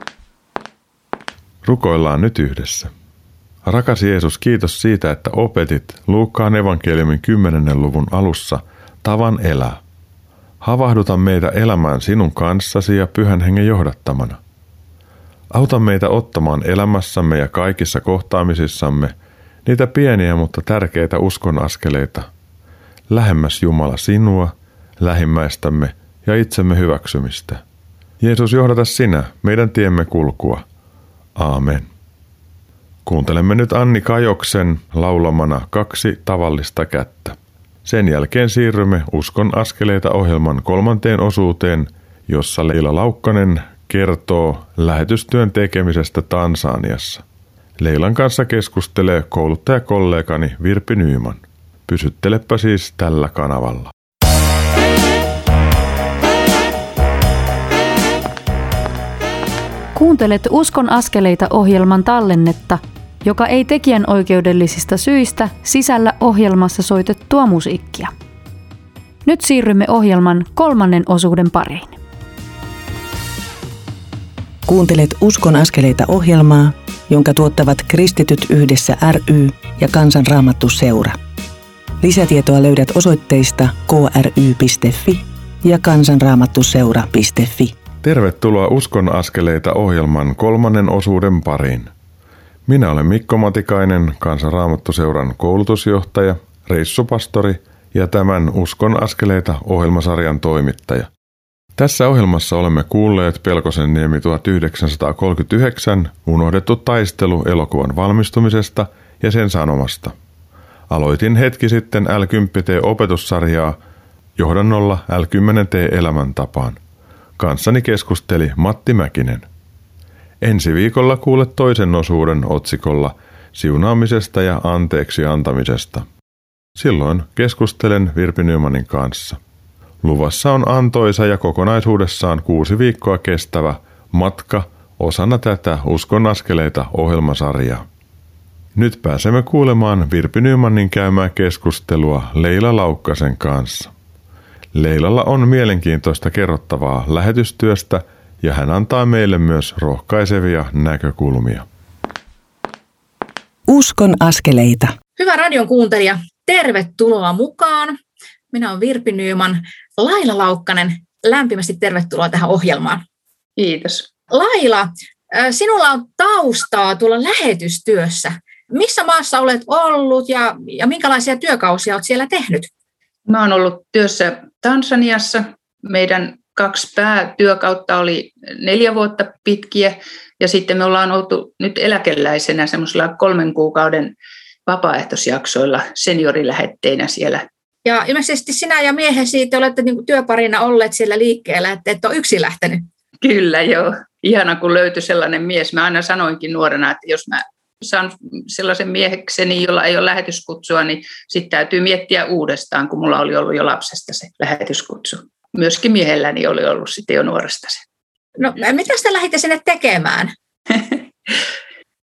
Rukoillaan nyt yhdessä. Rakas Jeesus, kiitos siitä, että opetit Luukkaan evankeliumin 10. luvun alussa tavan elää. Havahduta meitä elämään sinun kanssasi ja Pyhän Hengen johdattamana. Auta meitä ottamaan elämässämme ja kaikissa kohtaamisissamme niitä pieniä, mutta tärkeitä uskonaskeleita. Lähemmäs Jumala sinua, lähimmäistämme ja itsemme hyväksymistä. Jeesus, johdata sinä meidän tiemme kulkua. Aamen. Kuuntelemme nyt Anni Kajoksen laulamana 2 tavallista kättä. Sen jälkeen siirrymme Uskon askeleita -ohjelman 3. osuuteen, jossa Leila Laukkanen kertoo lähetystyön tekemisestä Tansaniassa. Leilan kanssa keskustelee kouluttajakollegani Virpi Nyman. Pysyttelepä siis tällä kanavalla. Kuuntelet Uskon askeleita -ohjelman tallennetta, joka ei tekijän oikeudellisista syistä sisällä ohjelmassa soitettua musiikkia. Nyt siirrymme ohjelman 3. osuuden pariin. Kuuntelet Uskon askeleita -ohjelmaa, jonka tuottavat Kristityt yhdessä ry ja Kansan Raamattu Seura. Lisätietoa löydät osoitteista kry.fi ja kansanraamattuseura.fi. Tervetuloa Uskon askeleita -ohjelman 3. osuuden pariin. Minä olen Mikko Matikainen, Kansan Raamattuseuran koulutusjohtaja, reissupastori ja tämän Uskon askeleita -ohjelmasarjan toimittaja. Tässä ohjelmassa olemme kuulleet Pelkosenniemi 1939 unohdettu taistelu elokuvan valmistumisesta ja sen sanomasta. Aloitin hetki sitten L10T-opetussarjaa johdannolla L10T elämäntapaan. Kanssani keskusteli Matti Mäkinen. Ensi viikolla kuulet toisen osuuden otsikolla siunaamisesta ja anteeksi antamisesta. Silloin keskustelen Virpi Nymanin kanssa. Luvassa on antoisa ja kokonaisuudessaan 6 viikkoa kestävä matka osana tätä Uskon askeleita -ohjelmasarjaa. Nyt pääsemme kuulemaan Virpi Nymanin käymää keskustelua Leila Laukkasen kanssa. Leilalla on mielenkiintoista kerrottavaa lähetystyöstä ja hän antaa meille myös rohkaisevia näkökulmia. Uskon askeleita. Hyvä radion kuuntelija, tervetuloa mukaan. Minä olen Virpi Nyman. Laila Laukkanen, lämpimästi tervetuloa tähän ohjelmaan. Kiitos. Laila, sinulla on taustaa tuolla lähetystyössä. Missä maassa olet ollut ja minkälaisia työkausia olet siellä tehnyt? Mä olen ollut työssä Tansaniassa. Meidän 2 päätyökautta oli 4 vuotta pitkiä ja sitten me ollaan oltu nyt eläkeläisenä semmoisilla 3 kuukauden vapaaehtoisjaksoilla seniorilähetteinä siellä. Ja ilmeisesti sinä ja miehesi te olette niin kuin työparina olleet siellä liikkeellä, että et ole yksin lähtenyt. Kyllä joo. Ihana kun löytyi sellainen mies. Mä aina sanoinkin nuorena, että jos mä saan sellaisen miehekseni, jolla ei ole lähetyskutsua, niin sitten täytyy miettiä uudestaan, kun mulla oli ollut jo lapsesta se lähetyskutsu. Myöskin miehelläni oli ollut sitten jo nuoresta se. No mitä sitä lähditte sinne tekemään?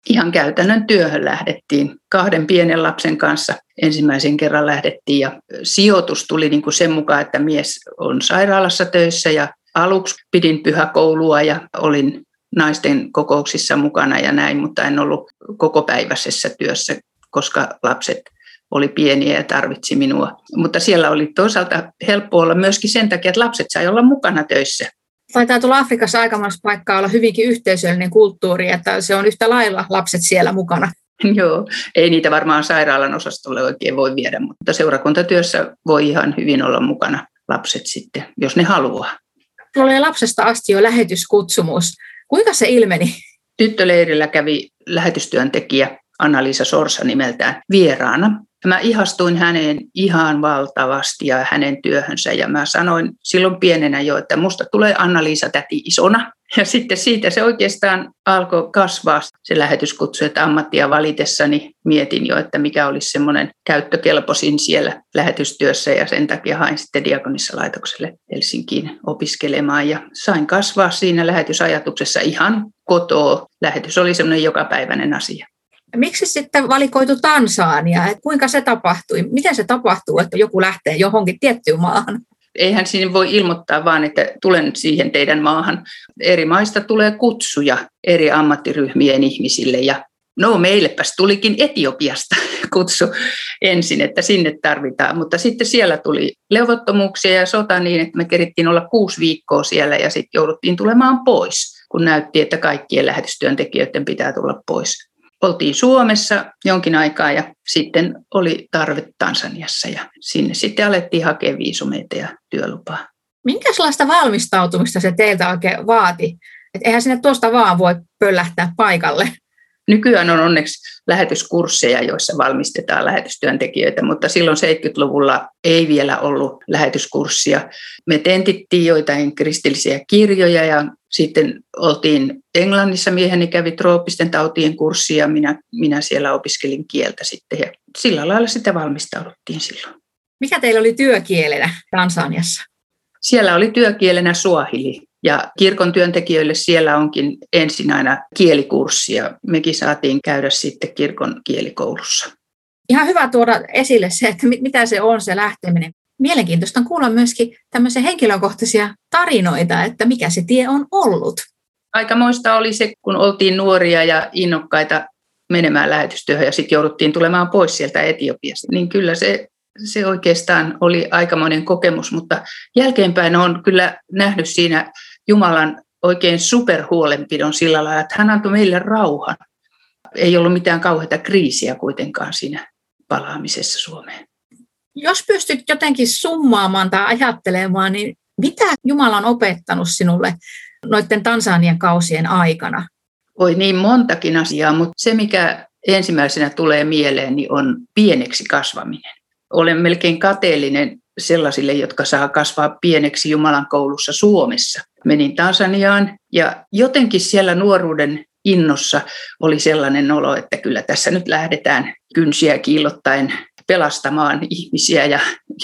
ihan käytännön työhön lähdettiin. 2 pienen lapsen kanssa ensimmäisen kerran lähdettiin ja sijoitus tuli niin kuin sen mukaan, että mies on sairaalassa töissä ja aluksi pidin pyhäkoulua ja olin naisten kokouksissa mukana ja näin, mutta en ollut kokopäiväisessä työssä, koska lapset oli pieniä ja tarvitsi minua. Mutta siellä oli toisaalta helppo olla myöskin sen takia, että lapset sai olla mukana töissä. Taitaa tulla Afrikassa aikamoista paikkaa olla hyvinkin yhteisöllinen kulttuuri, että se on yhtä lailla lapset siellä mukana. Joo, ei niitä varmaan sairaalan osastolle oikein voi viedä, mutta seurakuntatyössä voi ihan hyvin olla mukana lapset sitten, jos ne haluaa. Tuolla oli lapsesta asti jo lähetyskutsumus. Kuinka se ilmeni? Tyttöleirillä kävi lähetystyöntekijä Anna-Liisa Sorsa nimeltään vieraana. Mä ihastuin häneen ihan valtavasti ja hänen työhönsä ja mä sanoin silloin pienenä jo, että musta tulee Anna-Liisa täti isona. Ja sitten siitä se oikeastaan alkoi kasvaa se lähetyskutsu, että ammattia valitessani mietin jo, että mikä olisi semmoinen käyttökelpoisin siellä lähetystyössä ja sen takia hain sitten Diakonissalaitokselle Helsinkiin opiskelemaan ja sain kasvaa siinä lähetysajatuksessa ihan kotoa. Lähetys oli semmoinen jokapäiväinen asia. Miksi sitten valikoitu Tansania? Kuinka se tapahtui? Miten se tapahtuu, että joku lähtee johonkin tiettyyn maahan? Eihän siinä voi ilmoittaa vaan, että tulen siihen teidän maahan. Eri maista tulee kutsuja eri ammattiryhmien ihmisille. Ja no meillepäs tulikin Etiopiasta kutsu ensin, että sinne tarvitaan. Mutta sitten siellä tuli levottomuuksia ja sota niin, että me kerittiin olla 6 viikkoa siellä ja sitten jouduttiin tulemaan pois, kun näytti, että kaikkien lähetystyöntekijöiden pitää tulla pois. Oltiin Suomessa jonkin aikaa ja sitten oli tarve Tansaniassa ja sinne sitten alettiin hakea viisumeita ja työlupaa. Minkälaista valmistautumista se teiltä oikein vaati? Et eihän sinne tuosta vaan voi pöllähtää paikalle. Nykyään on onneksi lähetyskursseja, joissa valmistetaan lähetystyöntekijöitä, mutta silloin 70-luvulla ei vielä ollut lähetyskurssia. Me tentittiin joitain kristillisiä kirjoja ja sitten oltiin Englannissa, mieheni kävi trooppisten tautien kurssia, minä siellä opiskelin kieltä sitten ja sillä lailla sitä valmistauduttiin silloin. Mikä teillä oli työkielenä Tansaniassa? Siellä oli työkielenä suahili. Ja kirkon työntekijöille siellä onkin ensin aina kielikurssia. Mekin saatiin käydä sitten kirkon kielikoulussa. Ihan hyvä tuoda esille se, että mitä se on se lähteminen. Mielenkiintoista on kuulla myöskin tämmöisiä henkilökohtaisia tarinoita, että mikä se tie on ollut. Aikamoista oli se, kun oltiin nuoria ja innokkaita menemään lähetystyöhön ja sitten jouduttiin tulemaan pois sieltä Etiopiasta. Niin kyllä se oikeastaan oli aikamoinen kokemus, mutta jälkeenpäin olen kyllä nähnyt siinä Jumalan oikein superhuolenpidon sillä lailla, että hän antoi meille rauhan. Ei ollut mitään kauheata kriisiä kuitenkaan siinä palaamisessa Suomeen. Jos pystyt jotenkin summaamaan tai ajattelemaan, niin mitä Jumala on opettanut sinulle noiden Tansanian kausien aikana? Oi niin montakin asiaa, mutta se mikä ensimmäisenä tulee mieleen, niin on pieneksi kasvaminen. Olen melkein kateellinen sellaisille, jotka saa kasvaa pieneksi Jumalan koulussa Suomessa. Menin Tansaniaan ja jotenkin siellä nuoruuden innossa oli sellainen olo, että kyllä tässä nyt lähdetään kynsiä kiillottaen pelastamaan ihmisiä ja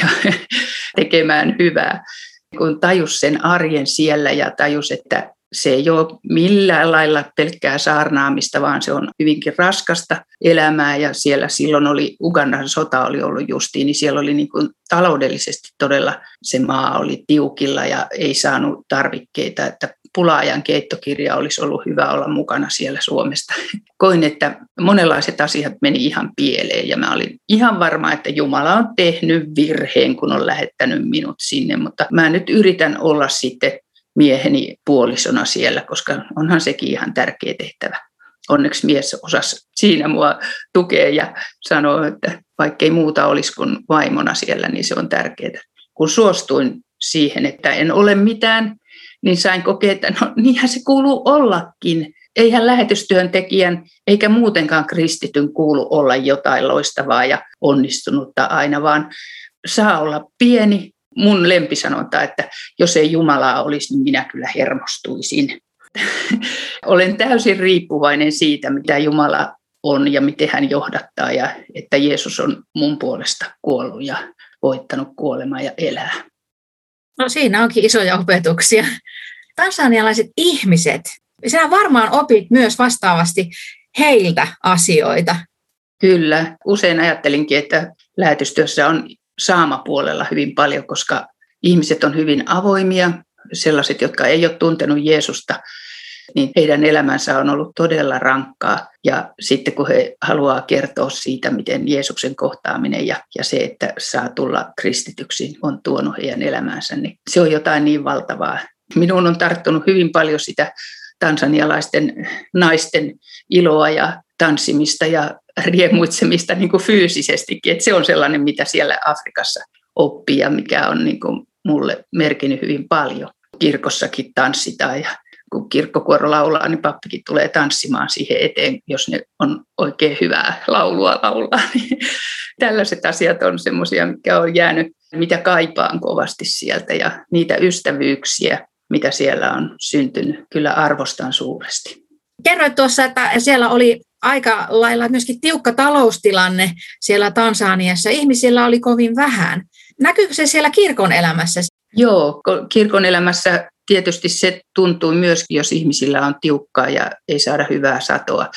tekemään hyvää. Kun tajus sen arjen siellä ja tajus, että se ei ole millään lailla pelkkää saarnaamista, vaan se on hyvinkin raskasta elämää ja siellä silloin oli, Ugandan sota oli ollut justiin, niin siellä oli niin kuin taloudellisesti todella se maa oli tiukilla ja ei saanut tarvikkeita, että Pulaajan keittokirja olisi ollut hyvä olla mukana siellä Suomesta. Koin, että monenlaiset asiat meni ihan pieleen ja mä olin ihan varma, että Jumala on tehnyt virheen, kun on lähettänyt minut sinne, mutta mä nyt yritän olla sitten mieheni puolisona siellä, koska onhan sekin ihan tärkeä tehtävä. Onneksi mies osasi siinä mua tukea ja sanoi, että vaikkei muuta olisi kuin vaimona siellä, niin se on tärkeää. Kun suostuin siihen, että en ole mitään, niin sain kokea, että no niinhän se kuuluu ollakin. Eihän lähetystyöntekijän eikä muutenkaan kristityn kuulu olla jotain loistavaa ja onnistunutta aina, vaan saa olla pieni. Mun lempisanonta, että jos ei Jumalaa olisi, niin minä kyllä hermostuisin. Olen täysin riippuvainen siitä, mitä Jumala on ja miten hän johdattaa ja että Jeesus on mun puolesta kuollut ja voittanut kuolemaa ja elää. No siinä onkin isoja opetuksia. Tansanialaiset ihmiset, sinä varmaan opit myös vastaavasti heiltä asioita. Kyllä. Usein ajattelinkin, että lähetystyössä on saamapuolella hyvin paljon, koska ihmiset on hyvin avoimia. Sellaiset, jotka ei ole tuntenut Jeesusta, niin heidän elämänsä on ollut todella rankkaa. Ja sitten kun he haluaa kertoa siitä, miten Jeesuksen kohtaaminen ja se, että saa tulla kristityksi, on tuonut heidän elämäänsä, niin se on jotain niin valtavaa. Minuun on tarttunut hyvin paljon sitä tansanialaisten naisten iloa ja tanssimista ja riemuitsemista niin kuin fyysisestikin. Että se on sellainen, mitä siellä Afrikassa oppii ja mikä on niin kuin mulle merkinnyt hyvin paljon. Kirkossakin tanssitaan ja kun kirkkokuoro laulaa, niin pappikin tulee tanssimaan siihen eteen, jos ne on oikein hyvää laulua laulaa. Tällaiset asiat on semmoisia, mitkä on jäänyt, mitä kaipaan kovasti sieltä ja niitä ystävyyksiä, mitä siellä on syntynyt, kyllä arvostan suuresti. Kerroit tuossa, että siellä oli aika lailla myöskin tiukka taloustilanne siellä Tansaniassa. Ihmisillä oli kovin vähän. Näkyykö se siellä kirkon elämässä? Joo, kirkon elämässä tietysti se tuntuu myöskin, jos ihmisillä on tiukkaa ja ei saada hyvää satoa.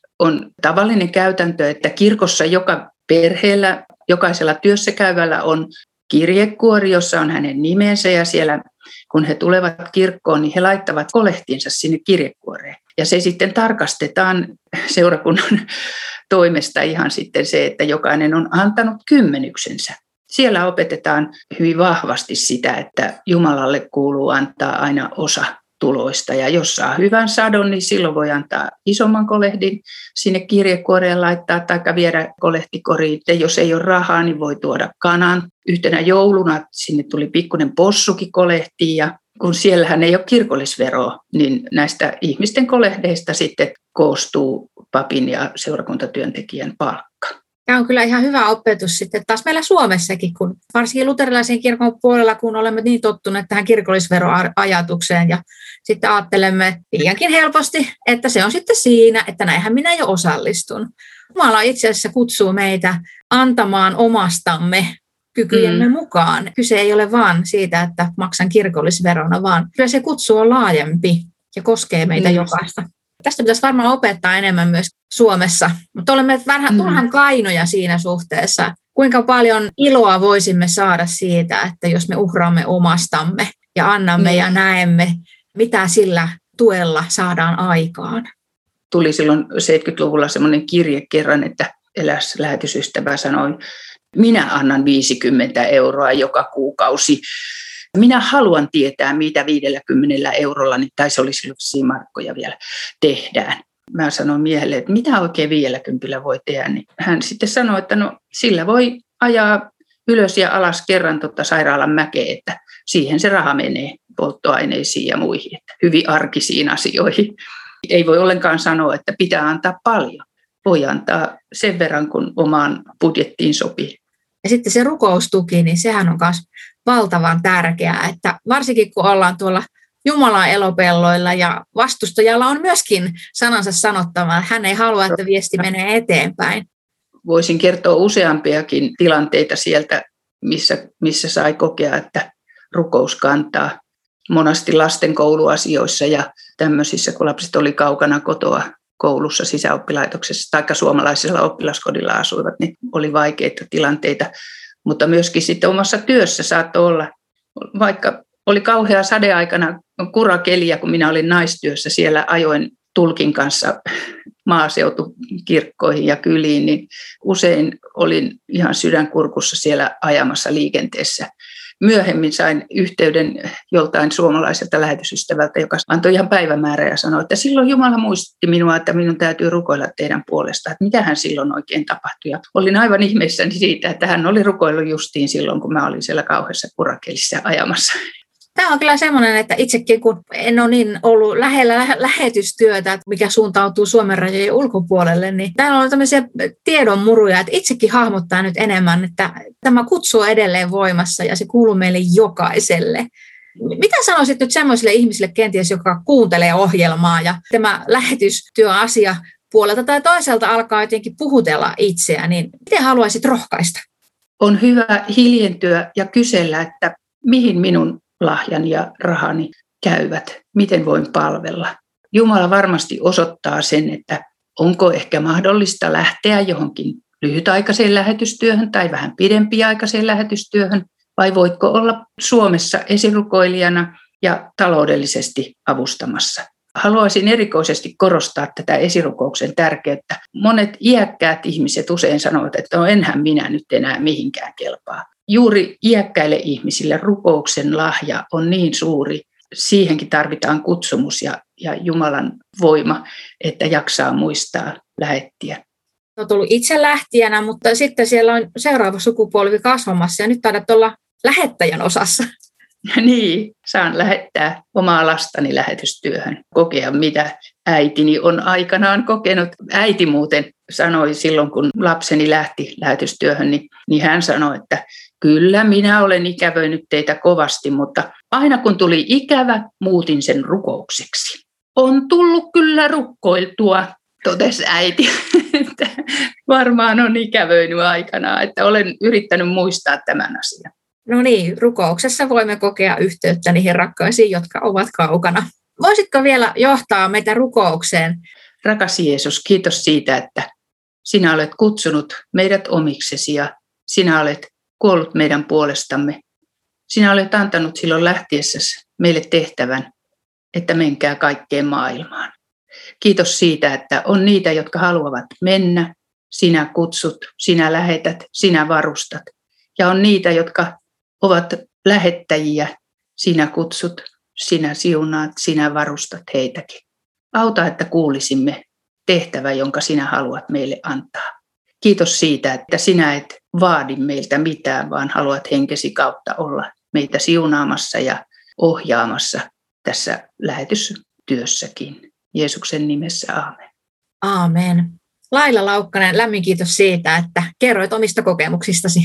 On tavallinen käytäntö, että kirkossa joka perheellä, jokaisella työssäkäyvällä on kirjekuori, jossa on hänen nimensä ja siellä kun he tulevat kirkkoon, niin he laittavat kolehtinsa sinne kirjekuoreen. Ja se sitten tarkastetaan seurakunnan toimesta ihan sitten se, että jokainen on antanut kymmenyksensä. Siellä opetetaan hyvin vahvasti sitä, että Jumalalle kuuluu antaa aina osa tuloista. Ja jos saa hyvän sadon, niin silloin voi antaa isomman kolehdin sinne kirjekuoreen laittaa tai viedä kolehtikoriin. Ja jos ei ole rahaa, niin voi tuoda kanan. Yhtenä jouluna sinne tuli pikkuinen possukin kolehtiin ja kun siellähän ei ole kirkollisveroa, niin näistä ihmisten kolehdeista sitten koostuu papin ja seurakuntatyöntekijän palkka. Tämä on kyllä ihan hyvä opetus sitten taas meillä Suomessakin, kun varsinkin luterilaisen kirkon puolella, kun olemme niin tottuneet tähän kirkollisveroajatukseen ja sitten ajattelemme liiankin helposti, että se on sitten siinä, että näinhän minä jo osallistun. Jumala itse asiassa kutsuu meitä antamaan omastamme kykyjemme mukaan. Kyse ei ole vaan siitä, että maksan kirkollisverona, vaan kyllä se kutsu on laajempi ja koskee meitä jokaista. Tästä pitäisi varmaan opettaa enemmän myös Suomessa, mutta olemme vähän turhan kainoja siinä suhteessa. Kuinka paljon iloa voisimme saada siitä, että jos me uhraamme omastamme ja annamme ja näemme, mitä sillä tuella saadaan aikaan. Tuli silloin 70-luvulla semmoinen kirje kerran, että eräs lähetysystävä sanoi, minä annan 50 euroa joka kuukausi. Minä haluan tietää, mitä 50 eurolla, tai se oli silloin markkoja vielä, tehdään. Mä sanoin miehelle, että mitä oikein 50 voi tehdä. Niin hän sitten sanoi, että no sillä voi ajaa ylös ja alas kerran sairaalan mäkeä, että siihen se raha menee polttoaineisiin ja muihin. Että hyvin arkisiin asioihin. Ei voi ollenkaan sanoa, että pitää antaa paljon. Voi antaa sen verran, kun omaan budjettiin sopii. Ja sitten se rukoustuki, niin sehän on myös valtavan tärkeää, että varsinkin kun ollaan tuolla Jumalan elopelloilla ja vastustajalla on myöskin sanansa sanottava, hän ei halua, että viesti menee eteenpäin. Voisin kertoa useampiakin tilanteita sieltä, missä sai kokea, että rukous kantaa. Monasti lasten kouluasioissa ja tämmöisissä, kun lapset oli kaukana kotoa koulussa, sisäoppilaitoksessa tai suomalaisella oppilaskodilla asuivat, niin oli vaikeita tilanteita. Mutta myöskin sitten omassa työssä saattoi olla, vaikka oli kauhea sadeaikana kurakeliä, kun minä olin naistyössä, siellä ajoin tulkin kanssa maaseutukirkkoihin ja kyliin, niin usein olin ihan sydänkurkussa siellä ajamassa liikenteessä. Myöhemmin sain yhteyden joltain suomalaiselta lähetysystävältä, joka antoi ihan päivämäärä ja sanoi, että silloin Jumala muistutti minua, että minun täytyy rukoilla teidän puolesta, että mitä hän silloin oikein tapahtui. Ja olin aivan ihmeissäni siitä, että hän oli rukoillut justiin silloin, kun mä olin siellä kauheassa kurakelissä ajamassa. Tämä on kyllä semmoinen, että itsekin kun en ole niin ollut lähellä lähetystyötä, mikä suuntautuu Suomen rajojen ulkopuolelle, niin täällä on tämmöisiä tiedonmuruja, että itsekin hahmottaa nyt enemmän, että tämä kutsu on edelleen voimassa ja se kuuluu meille jokaiselle. Mitä sanoisit nyt semmoisille ihmisille kenties, joka kuuntelee ohjelmaa ja tämä lähetystyöasia puolelta tai toiselta alkaa jotenkin puhutella itseä, niin miten haluaisit rohkaista? On hyvä hiljentyä ja kysellä, että mihin minun lahjani ja rahani käyvät, miten voin palvella. Jumala varmasti osoittaa sen, että onko ehkä mahdollista lähteä johonkin lyhytaikaiseen lähetystyöhön tai vähän pidempiaikaiseen lähetystyöhön, vai voitko olla Suomessa esirukoilijana ja taloudellisesti avustamassa. Haluaisin erikoisesti korostaa tätä esirukouksen tärkeyttä. Monet iäkkäät ihmiset usein sanovat, että no enhän minä nyt enää mihinkään kelpaa. Juuri iäkkäille ihmisille rukouksen lahja on niin suuri. Siihenkin tarvitaan kutsumus ja Jumalan voima, että jaksaa muistaa lähettiä. Olet tullut itse lähtijänä, mutta sitten siellä on seuraava sukupolvi kasvamassa ja nyt taidat olla lähettäjän osassa. Niin, saan lähettää omaa lastani lähetystyöhön, kokea mitä äitini on aikanaan kokenut. Äiti muuten sanoi silloin, kun lapseni lähti lähetystyöhön, niin hän sanoi, että kyllä minä olen ikävöinyt teitä kovasti, mutta aina kun tuli ikävä, muutin sen rukoukseksi. On tullut kyllä rukkoiltua, totesi äiti. Varmaan on ikävöinyt aikanaan, että olen yrittänyt muistaa tämän asian. No niin, rukouksessa voimme kokea yhteyttä niihin rakkaisiin, jotka ovat kaukana. Voisitko vielä johtaa meitä rukoukseen? Rakas Jeesus, kiitos siitä, että sinä olet kutsunut meidät omiksesi ja sinä olet kuollut meidän puolestamme. Sinä olet antanut silloin lähtiessäsi meille tehtävän, että menkää kaikkeen maailmaan. Kiitos siitä, että on niitä, jotka haluavat mennä. Sinä kutsut, sinä lähetät, sinä varustat. Ja on niitä, jotka ovat lähettäjiä. Sinä kutsut, sinä siunaat, sinä varustat heitäkin. Auta, että kuulisimme tehtävä, jonka sinä haluat meille antaa. Kiitos siitä, että sinä et vaadi meiltä mitään, vaan haluat henkesi kautta olla meitä siunaamassa ja ohjaamassa tässä lähetystyössäkin. Jeesuksen nimessä, aamen. Aamen. Laila Laukkanen, lämmin kiitos siitä, että kerroit omista kokemuksistasi.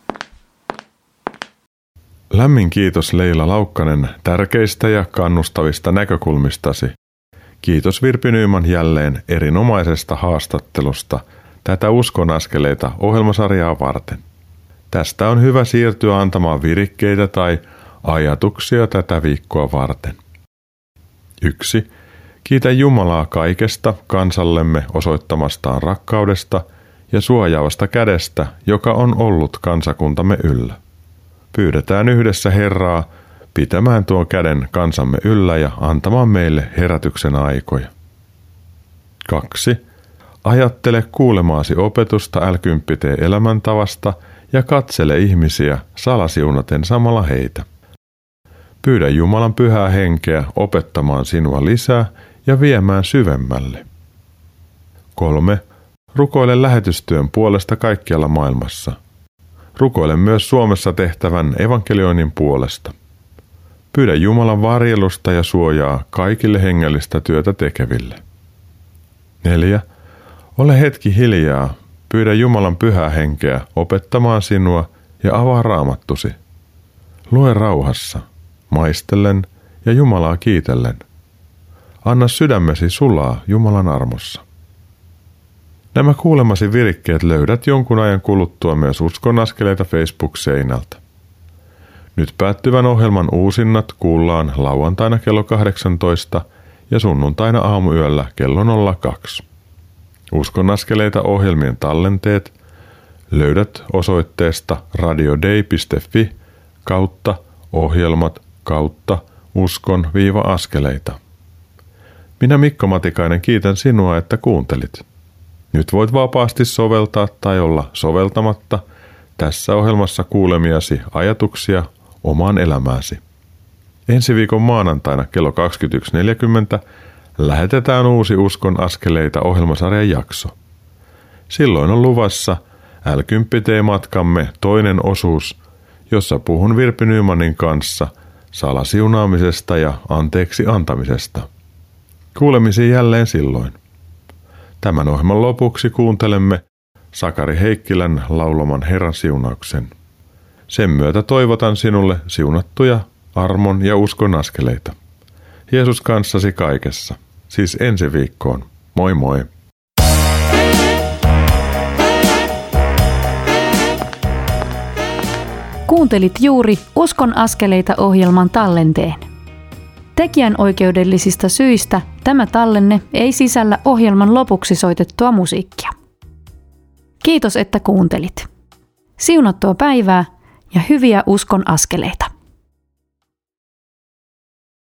Lämmin kiitos Leila Laukkanen tärkeistä ja kannustavista näkökulmistasi. Kiitos Virpi Nyman jälleen erinomaisesta haastattelusta tätä Uskon askeleita -ohjelmasarjaa varten. Tästä on hyvä siirtyä antamaan virikkeitä tai ajatuksia tätä viikkoa varten. 1. Kiitä Jumalaa kaikesta kansallemme osoittamastaan rakkaudesta ja suojaavasta kädestä, joka on ollut kansakuntamme yllä. Pyydetään yhdessä Herraa pitämään tuon käden kansamme yllä ja antamaan meille herätyksen aikoja. 2. Ajattele kuulemaasi opetusta L10T-elämäntavasta ja katsele ihmisiä salasiunaten samalla heitä. Pyydä Jumalan pyhää henkeä opettamaan sinua lisää ja viemään syvemmälle. 3. Rukoile lähetystyön puolesta kaikkialla maailmassa. Rukoile myös Suomessa tehtävän evankelioinnin puolesta. Pyydä Jumalan varjelusta ja suojaa kaikille hengellistä työtä tekeville. 4. Ole hetki hiljaa. Pyydä Jumalan pyhää henkeä opettamaan sinua ja avaa raamattusi. Lue rauhassa, maistellen ja Jumalaa kiitellen. Anna sydämesi sulaa Jumalan armossa. Nämä kuulemasi virikkeet löydät jonkun ajan kuluttua myös Uskon askeleita Facebook-seinältä. Nyt päättyvän ohjelman uusinnat kuullaan lauantaina kello 18 ja sunnuntaina aamuyöllä kello 02. Uskon askeleita -ohjelmien tallenteet löydät osoitteesta radiodei.fi/ohjelmat/uskon-askeleita. Minä Mikko Matikainen kiitän sinua, että kuuntelit. Nyt voit vapaasti soveltaa tai olla soveltamatta tässä ohjelmassa kuulemiasi ajatuksia omaan elämääsi. Ensi viikon maanantaina kello 21.40 lähetetään uusi Uskon askeleita -ohjelmasarjan jakso. Silloin on luvassa L10T-matkamme toinen osuus, jossa puhun Virpi Nymanin kanssa salasiunaamisesta ja anteeksi antamisesta. Kuulemisiin jälleen silloin. Tämän ohjelman lopuksi kuuntelemme Sakari Heikkilän laulaman Herran siunauksen. Sen myötä toivotan sinulle siunattuja armon ja uskon askeleita. Jeesus kanssasi kaikessa. Siis ensi viikkoon. Moi moi! Kuuntelit juuri Uskon askeleita -ohjelman tallenteen. Tekijänoikeudellisista syistä tämä tallenne ei sisällä ohjelman lopuksi soitettua musiikkia. Kiitos, että kuuntelit. Siunattua päivää ja hyviä uskon askeleita.